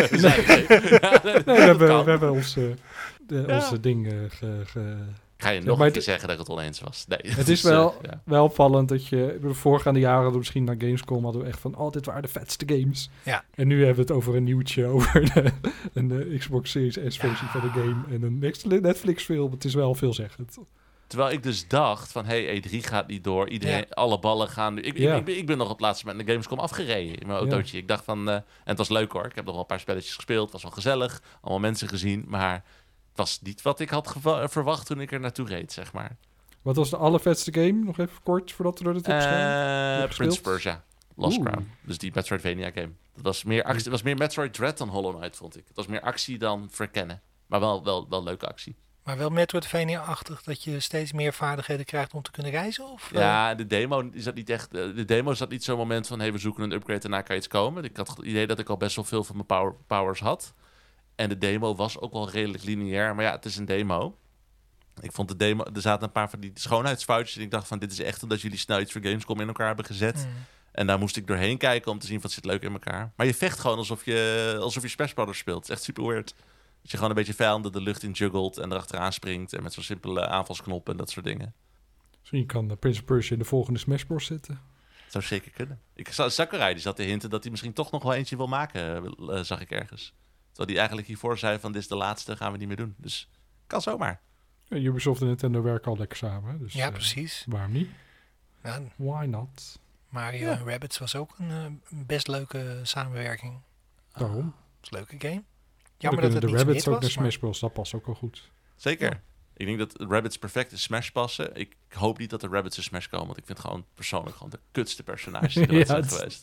We hebben onze ding Ga je nog een keer zeggen dat ik het oneens was? Nee. Het is wel opvallend dat je... De voorgaande jaren hadden we misschien naar Gamescom... hadden we echt van, dit waren de vetste games. Ja. En nu hebben we het over een nieuwtje... over de Xbox Series S-versie van de game... en een Netflix-film. Het is wel veelzeggend. Terwijl ik dus dacht van, E3 gaat niet door. Alle ballen gaan nu... Ik ben nog op het laatste moment de Gamescom afgereden in mijn autootje. Ik dacht van... en het was leuk hoor. Ik heb nog wel een paar spelletjes gespeeld. Het was wel gezellig. Allemaal mensen gezien. Maar het was niet wat ik had verwacht toen ik er naartoe reed, zeg maar. Wat was de allervetste game? Nog even kort, voordat we door de tips gaan. Prince Persia. Lost Crown. Dus die Metroidvania game. Dat was meer actie. Het was meer Metroid Dread dan Hollow Knight, vond ik. Het was meer actie dan verkennen. Maar wel leuke actie. Maar wel Metroidvania-achtig dat je steeds meer vaardigheden krijgt om te kunnen reizen? Of, Ja, de demo is dat niet echt. De demo is dat niet zo'n moment van, we zoeken een upgrade en daarna kan je iets komen. Ik had het idee dat ik al best wel veel van mijn powers had. En de demo was ook wel redelijk lineair. Maar ja, het is een demo. Ik vond de demo... Er zaten een paar van die schoonheidsfoutjes. En ik dacht van, dit is echt omdat jullie snel iets voor Gamescom in elkaar hebben gezet. En daar moest ik doorheen kijken om te zien wat zit leuk in elkaar. Maar je vecht gewoon alsof je Smash Brothers speelt. Het is echt super weird. Dat je gewoon een beetje vijanden de lucht in juggelt en erachteraan springt. En met zo'n simpele aanvalsknop en dat soort dingen. Misschien kan Prince of Persia in de volgende Smash Bros zitten. Zou zeker kunnen. Sakurai die zat te hinten dat hij misschien toch nog wel eentje wil maken. Zag ik ergens. Terwijl hij eigenlijk hiervoor zei van, dit is de laatste, gaan we niet meer doen. Dus kan zomaar. Ja, Ubisoft en Nintendo werken al lekker samen. Dus, ja, precies. Waarom niet? Ja, why not? Mario en Rabbids was ook een best leuke samenwerking. Daarom. Het is een leuke game. Jammer dat het de Rabbids ook naar Smash Bros. Dat past ook wel goed. Zeker. Ja. Ik denk dat Rabbids perfect in Smash passen. Ik hoop niet dat de Rabbids in Smash komen. Want ik vind gewoon persoonlijk gewoon de kutste personages die er zijn geweest.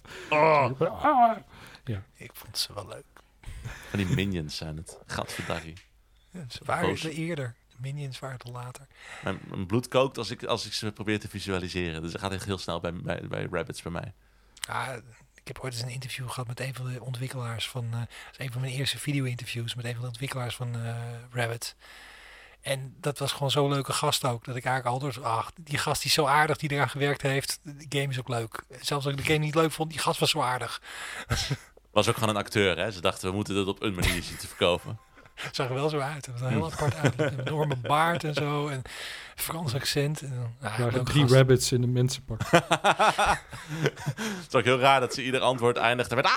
Ja. Ik vond ze wel leuk. Van die minions zijn het. Gadverdarrie. Ja, ze waren er eerder. De minions waren er later. Mijn bloed kookt als ik ze probeer te visualiseren. Dus dat gaat echt heel snel bij Rabbids bij mij. Ik heb ooit eens een interview gehad met een van de ontwikkelaars van... dat is een van mijn eerste video-interviews met een van de ontwikkelaars van Rabbids. En dat was gewoon zo'n leuke gast ook. Dat ik eigenlijk altijd... die gast die is zo aardig die eraan gewerkt heeft. De game is ook leuk. Zelfs als ik de game niet leuk vond, die gast was zo aardig. Was ook gewoon een acteur, hè? Ze dachten, we moeten dit op een manier zien te verkopen. Het zag er wel zo uit. Het was een heel apart uit. Een enorme baard en zo. En Frans accent. En, 3 rabbits in een mensenpak. Het is ook heel raar dat ze ieder antwoord eindigde met...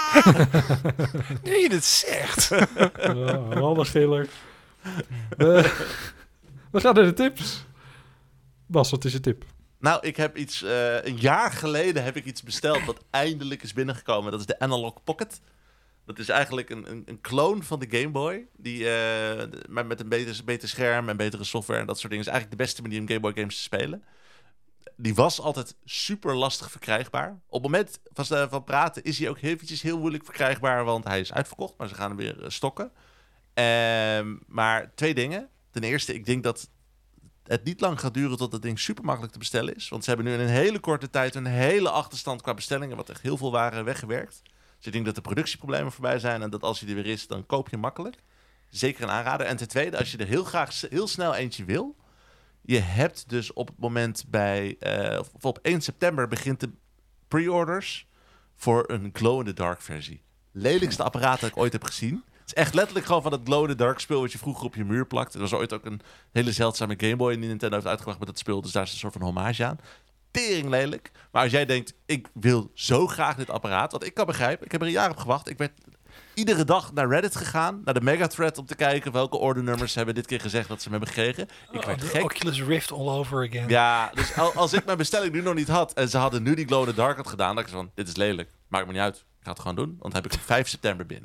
Nu je het zegt. Alle giller. We gaan naar de tips. Bas, wat is je tip? Nou, ik heb iets... een jaar geleden heb ik iets besteld wat eindelijk is binnengekomen. Dat is de Analog Pocket. Dat is eigenlijk een clone van de Game Boy. Maar met een beter scherm en betere software en dat soort dingen. Is eigenlijk de beste manier om Game Boy games te spelen. Die was altijd super lastig verkrijgbaar. Op het moment van praten is hij ook eventjes heel moeilijk verkrijgbaar. Want hij is uitverkocht, maar ze gaan hem weer stokken. Maar 2 dingen. Ten eerste, ik denk dat het niet lang gaat duren tot dat ding super makkelijk te bestellen is. Want ze hebben nu in een hele korte tijd een hele achterstand qua bestellingen. Wat echt heel veel waren weggewerkt. Dus ik denk dat de productieproblemen voorbij zijn. En dat als hij er weer is, dan koop je makkelijk. Zeker een aanrader. En ten tweede, als je er heel graag heel snel eentje wil. Je hebt dus op het moment op 1 september begint de pre-orders voor een glow-in-the-dark versie. Lelijkste apparaat dat ik ooit heb gezien. Het is echt letterlijk gewoon van dat glow-in-the-dark spul wat je vroeger op je muur plakt. Er was ooit ook een hele zeldzame Game Boy die Nintendo heeft uitgebracht met dat spul. Dus daar is een soort van hommage aan. Tering lelijk. Maar als jij denkt, ik wil zo graag dit apparaat. Want ik kan begrijpen, ik heb er een jaar op gewacht. Ik werd iedere dag naar Reddit gegaan. Naar de Megathread om te kijken welke ordernummers hebben dit keer gezegd dat ze me hebben gekregen. Ik werd gek. Oculus Rift all over again. Ja, dus als ik mijn bestelling nu nog niet had en ze hadden nu die Glow in the Dark had gedaan, dan dacht ik van, dit is lelijk. Maakt me niet uit. Ik ga het gewoon doen, want dan heb ik hem 5 september binnen.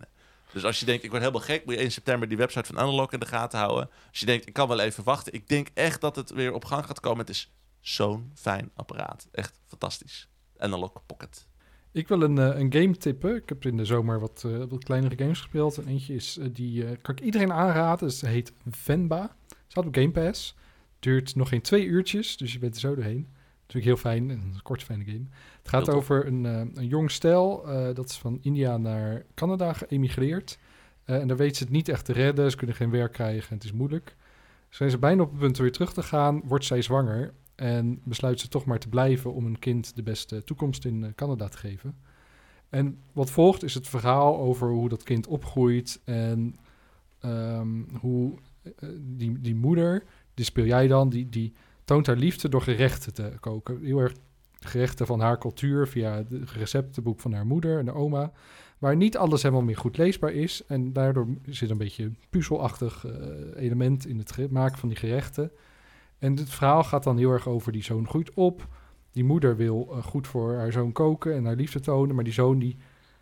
Dus als je denkt, ik word helemaal gek, moet je 1 september die website van Analog in de gaten houden. Als je denkt, ik kan wel even wachten. Ik denk echt dat het weer op gang gaat komen. Het is zo'n fijn apparaat. Echt fantastisch. Analog Pocket. Ik wil een game tippen. Ik heb in de zomer wat kleinere games gespeeld. En eentje is, kan ik iedereen aanraden. Het heet Venba. Staat op Game Pass. Duurt nog geen 2 uurtjes, dus je bent er zo doorheen. Natuurlijk heel fijn, een kort fijne game. Het gaat over een jong stel. Dat is van India naar Canada geëmigreerd. En daar weten ze het niet echt te redden. Ze kunnen geen werk krijgen en het is moeilijk. Zijn ze bijna op het punt om weer terug te gaan, wordt zij zwanger. En besluit ze toch maar te blijven om een kind de beste toekomst in Canada te geven. En wat volgt is het verhaal over hoe dat kind opgroeit. En hoe die moeder, die speel jij dan, die toont haar liefde door gerechten te koken. Heel erg gerechten van haar cultuur via het receptenboek van haar moeder en haar oma. Waar niet alles helemaal meer goed leesbaar is. En daardoor zit een beetje een puzzelachtig element in het maken van die gerechten. En het verhaal gaat dan heel erg over die zoon groeit op. Die moeder wil goed voor haar zoon koken en haar liefde tonen. Maar die zoon die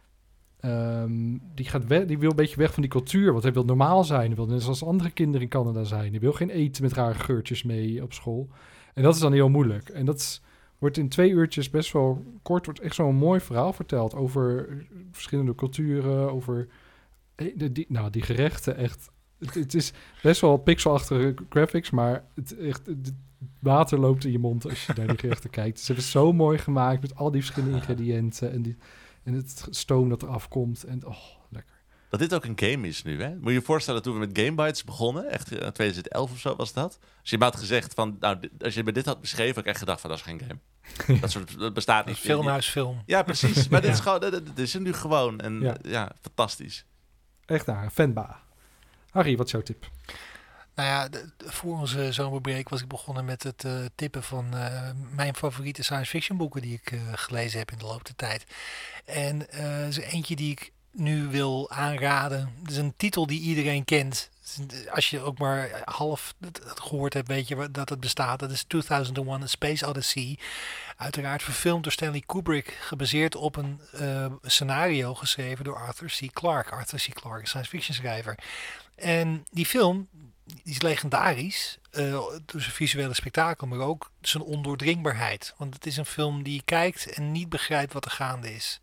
wil een beetje weg van die cultuur. Want hij wil normaal zijn. Hij wil net zoals andere kinderen in Canada zijn. Hij wil geen eten met rare geurtjes mee op school. En dat is dan heel moeilijk. En dat wordt in 2 uurtjes best wel kort. Wordt echt zo'n mooi verhaal verteld over verschillende culturen. Over die gerechten echt. Het is best wel pixelachtige graphics, maar het water loopt in je mond als je naar die gerechten kijkt. Ze hebben het zo mooi gemaakt met al die verschillende ingrediënten en het stoom dat eraf komt. En lekker. Dat dit ook een game is nu, hè? Moet je je voorstellen, toen we met Game Bytes begonnen, echt in 2011 of zo was dat. Als je me had gezegd van, nou, als je me dit had beschreven, had ik echt gedacht van, dat is geen game. Dat bestaat niet. Filmhuisfilm. Ja, precies. Maar dit is gewoon, dit is er nu gewoon. En ja, fantastisch. Echt daar, Venba. Harry, wat is jouw tip? Nou ja, voor onze zomerbreak was ik begonnen met het tippen van mijn favoriete science fiction boeken die ik gelezen heb in de loop der tijd. En er is eentje die ik nu wil aanraden. Het is een titel die iedereen kent. Als je ook maar half het gehoord hebt, weet je dat het bestaat. Dat is 2001 A Space Odyssey. Uiteraard verfilmd door Stanley Kubrick. Gebaseerd op een scenario geschreven door Arthur C. Clarke. Arthur C. Clarke, een science fiction schrijver. En die film die is legendarisch. Door zijn visuele spektakel, maar ook zijn ondoordringbaarheid. Want het is een film die je kijkt en niet begrijpt wat er gaande is.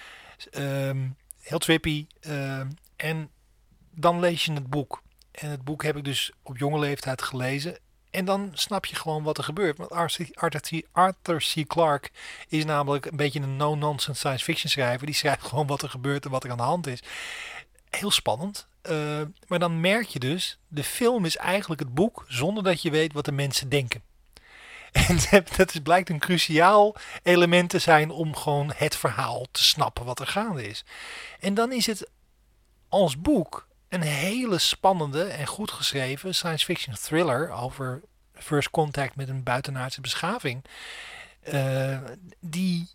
Heel trippy. En dan lees je het boek. En het boek heb ik dus op jonge leeftijd gelezen. En dan snap je gewoon wat er gebeurt. Want Arthur C. Clarke is namelijk een beetje een no-nonsense science fiction schrijver. Die schrijft gewoon wat er gebeurt en wat er aan de hand is. Heel spannend. Maar dan merk je dus, de film is eigenlijk het boek zonder dat je weet wat de mensen denken. En dat blijkt een cruciaal element te zijn om gewoon het verhaal te snappen wat er gaande is. En dan is het als boek een hele spannende en goed geschreven science fiction thriller over first contact met een buitenaardse beschaving. Die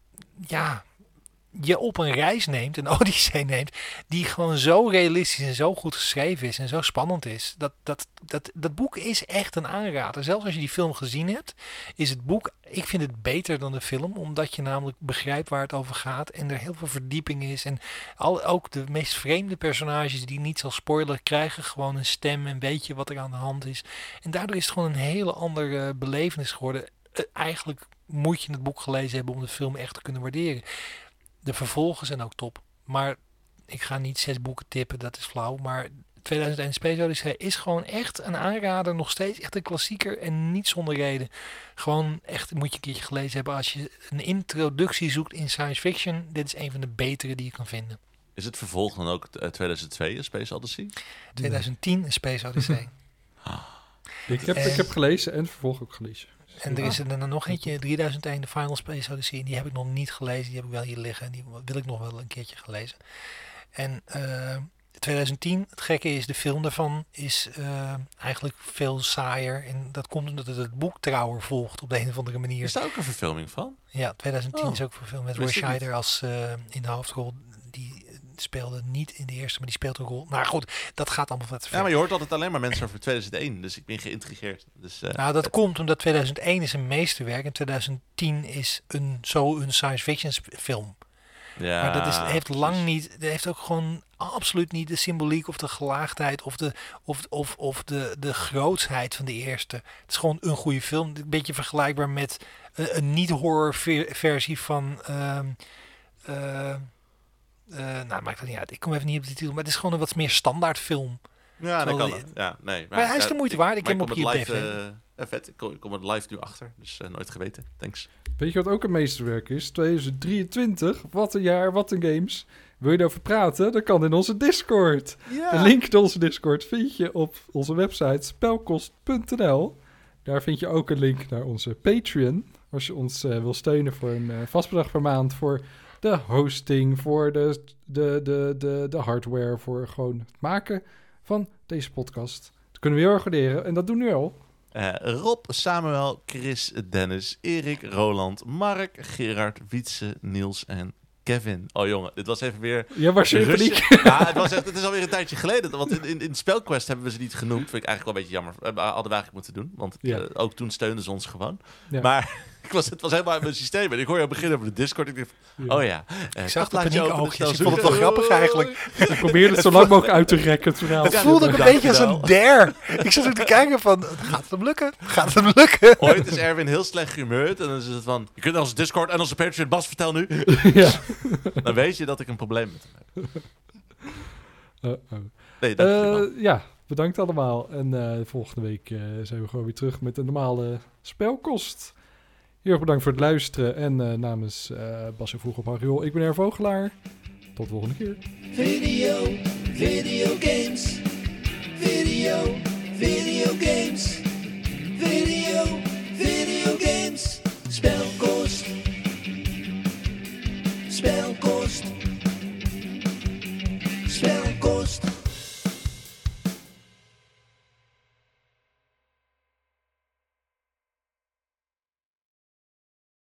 je op een reis neemt, een odyssee neemt, die gewoon zo realistisch en zo goed geschreven is en zo spannend is. Dat boek is echt een aanrader. Zelfs als je die film gezien hebt, is het boek, ik vind het beter dan de film, omdat je namelijk begrijpt waar het over gaat en er heel veel verdieping is. En ook de meest vreemde personages die niet zal spoilen, krijgen gewoon een stem en weet je wat er aan de hand is. En daardoor is het gewoon een hele andere belevenis geworden. Eigenlijk moet je het boek gelezen hebben om de film echt te kunnen waarderen. De vervolgen zijn ook top. Maar ik ga niet 6 boeken tippen, dat is flauw. Maar 2001 Space Odyssey is gewoon echt een aanrader. Nog steeds echt een klassieker en niet zonder reden. Gewoon echt moet je een keertje gelezen hebben. Als je een introductie zoekt in science fiction, dit is een van de betere die je kan vinden. Is het vervolg dan ook 2002 A Space Odyssey? 2010 een Space Odyssey. Ik heb gelezen en het vervolg ook gelezen. En er is er dan nog eentje, 3001, de Final Space Odyssey. En die heb ik nog niet gelezen. Die heb ik wel hier liggen. En die wil ik nog wel een keertje gaan lezen. En 2010, het gekke is, de film daarvan is eigenlijk veel saaier. En dat komt omdat het boek trouwer volgt op de een of andere manier. Is daar ook een verfilming van? Ja, 2010 is ook verfilmd met Roy Scheider als in de hoofdrol. Die speelde niet in de eerste, maar die speelt een rol. Nou goed, dat gaat allemaal wat ver. Ja, maar je hoort altijd alleen maar mensen over 2001, dus ik ben geïntrigeerd. Dus, nou, dat komt omdat 2001 is een meesterwerk en 2010 is een science fiction film. Ja, maar dat heeft lang niet, dat heeft ook gewoon absoluut niet de symboliek of de gelaagdheid of de grootsheid van de eerste. Het is gewoon een goede film. Een beetje vergelijkbaar met een niet-horror versie van... nou, maakt dat niet uit. Ik kom even niet op de titel, maar het is gewoon een wat meer standaard film. Ja, dat Terwijl kan dat. Ja, nee. Maar hij is de moeite waard. Ik heb hem op het hier live, vet. Ik kom het live nu achter, dus nooit geweten. Thanks. Weet je wat ook een meesterwerk is? 2023. Wat een jaar, wat een games. Wil je erover praten? Dat kan in onze Discord. Ja. De link naar onze Discord vind je op onze website spelkost.nl. Daar vind je ook een link naar onze Patreon. Als je ons wil steunen voor een vast bedrag per maand. Voor de hosting, voor de hardware. Voor gewoon het maken van deze podcast. Dat kunnen we heel erg waarderen. En dat doen we nu al. Rob, Samuel, Chris, Dennis, Erik, Roland, Mark, Gerard, Wietse, Niels en Kevin. Oh jongen, dit was even weer... Ja, was je in Rusje. paniek? Ja, het is alweer een tijdje geleden. Want in Spelquest hebben we ze niet genoemd. Vind ik eigenlijk wel een beetje jammer. Hadden we eigenlijk moeten doen. Want Ja. ook toen steunden ze ons gewoon. Ja. Maar het was helemaal in mijn systeem. En ik hoor jou beginnen over de Discord. Ik dacht, Ja. oh ja. Ik zag de dat laat je open, paniek-oogjes. dus Ik dan vond het wel zoeken. grappig eigenlijk. Ik probeer het zo lang mogelijk uit te rekken, het verhaal. Het Ja, voelde ook een bedankt, beetje als een dankjewel. dare. Ik zat ook te kijken van, gaat het hem lukken? Gaat het hem lukken? Ooit is Erwin heel slecht gehumeurd. En dan is het van, je kunt onze Discord en onze Patreon. Bas, vertel nu. Ja. Dan weet je dat ik een probleem met hem heb. Oh. Nee, dankjewel. Ja, bedankt allemaal. En volgende week zijn we gewoon weer terug met een normale spelkost. Heel erg bedankt voor het luisteren. En namens Bas en Vroeg op Mariol, ik ben Er Vogelaar. Tot de volgende keer. Video games. Video games. Video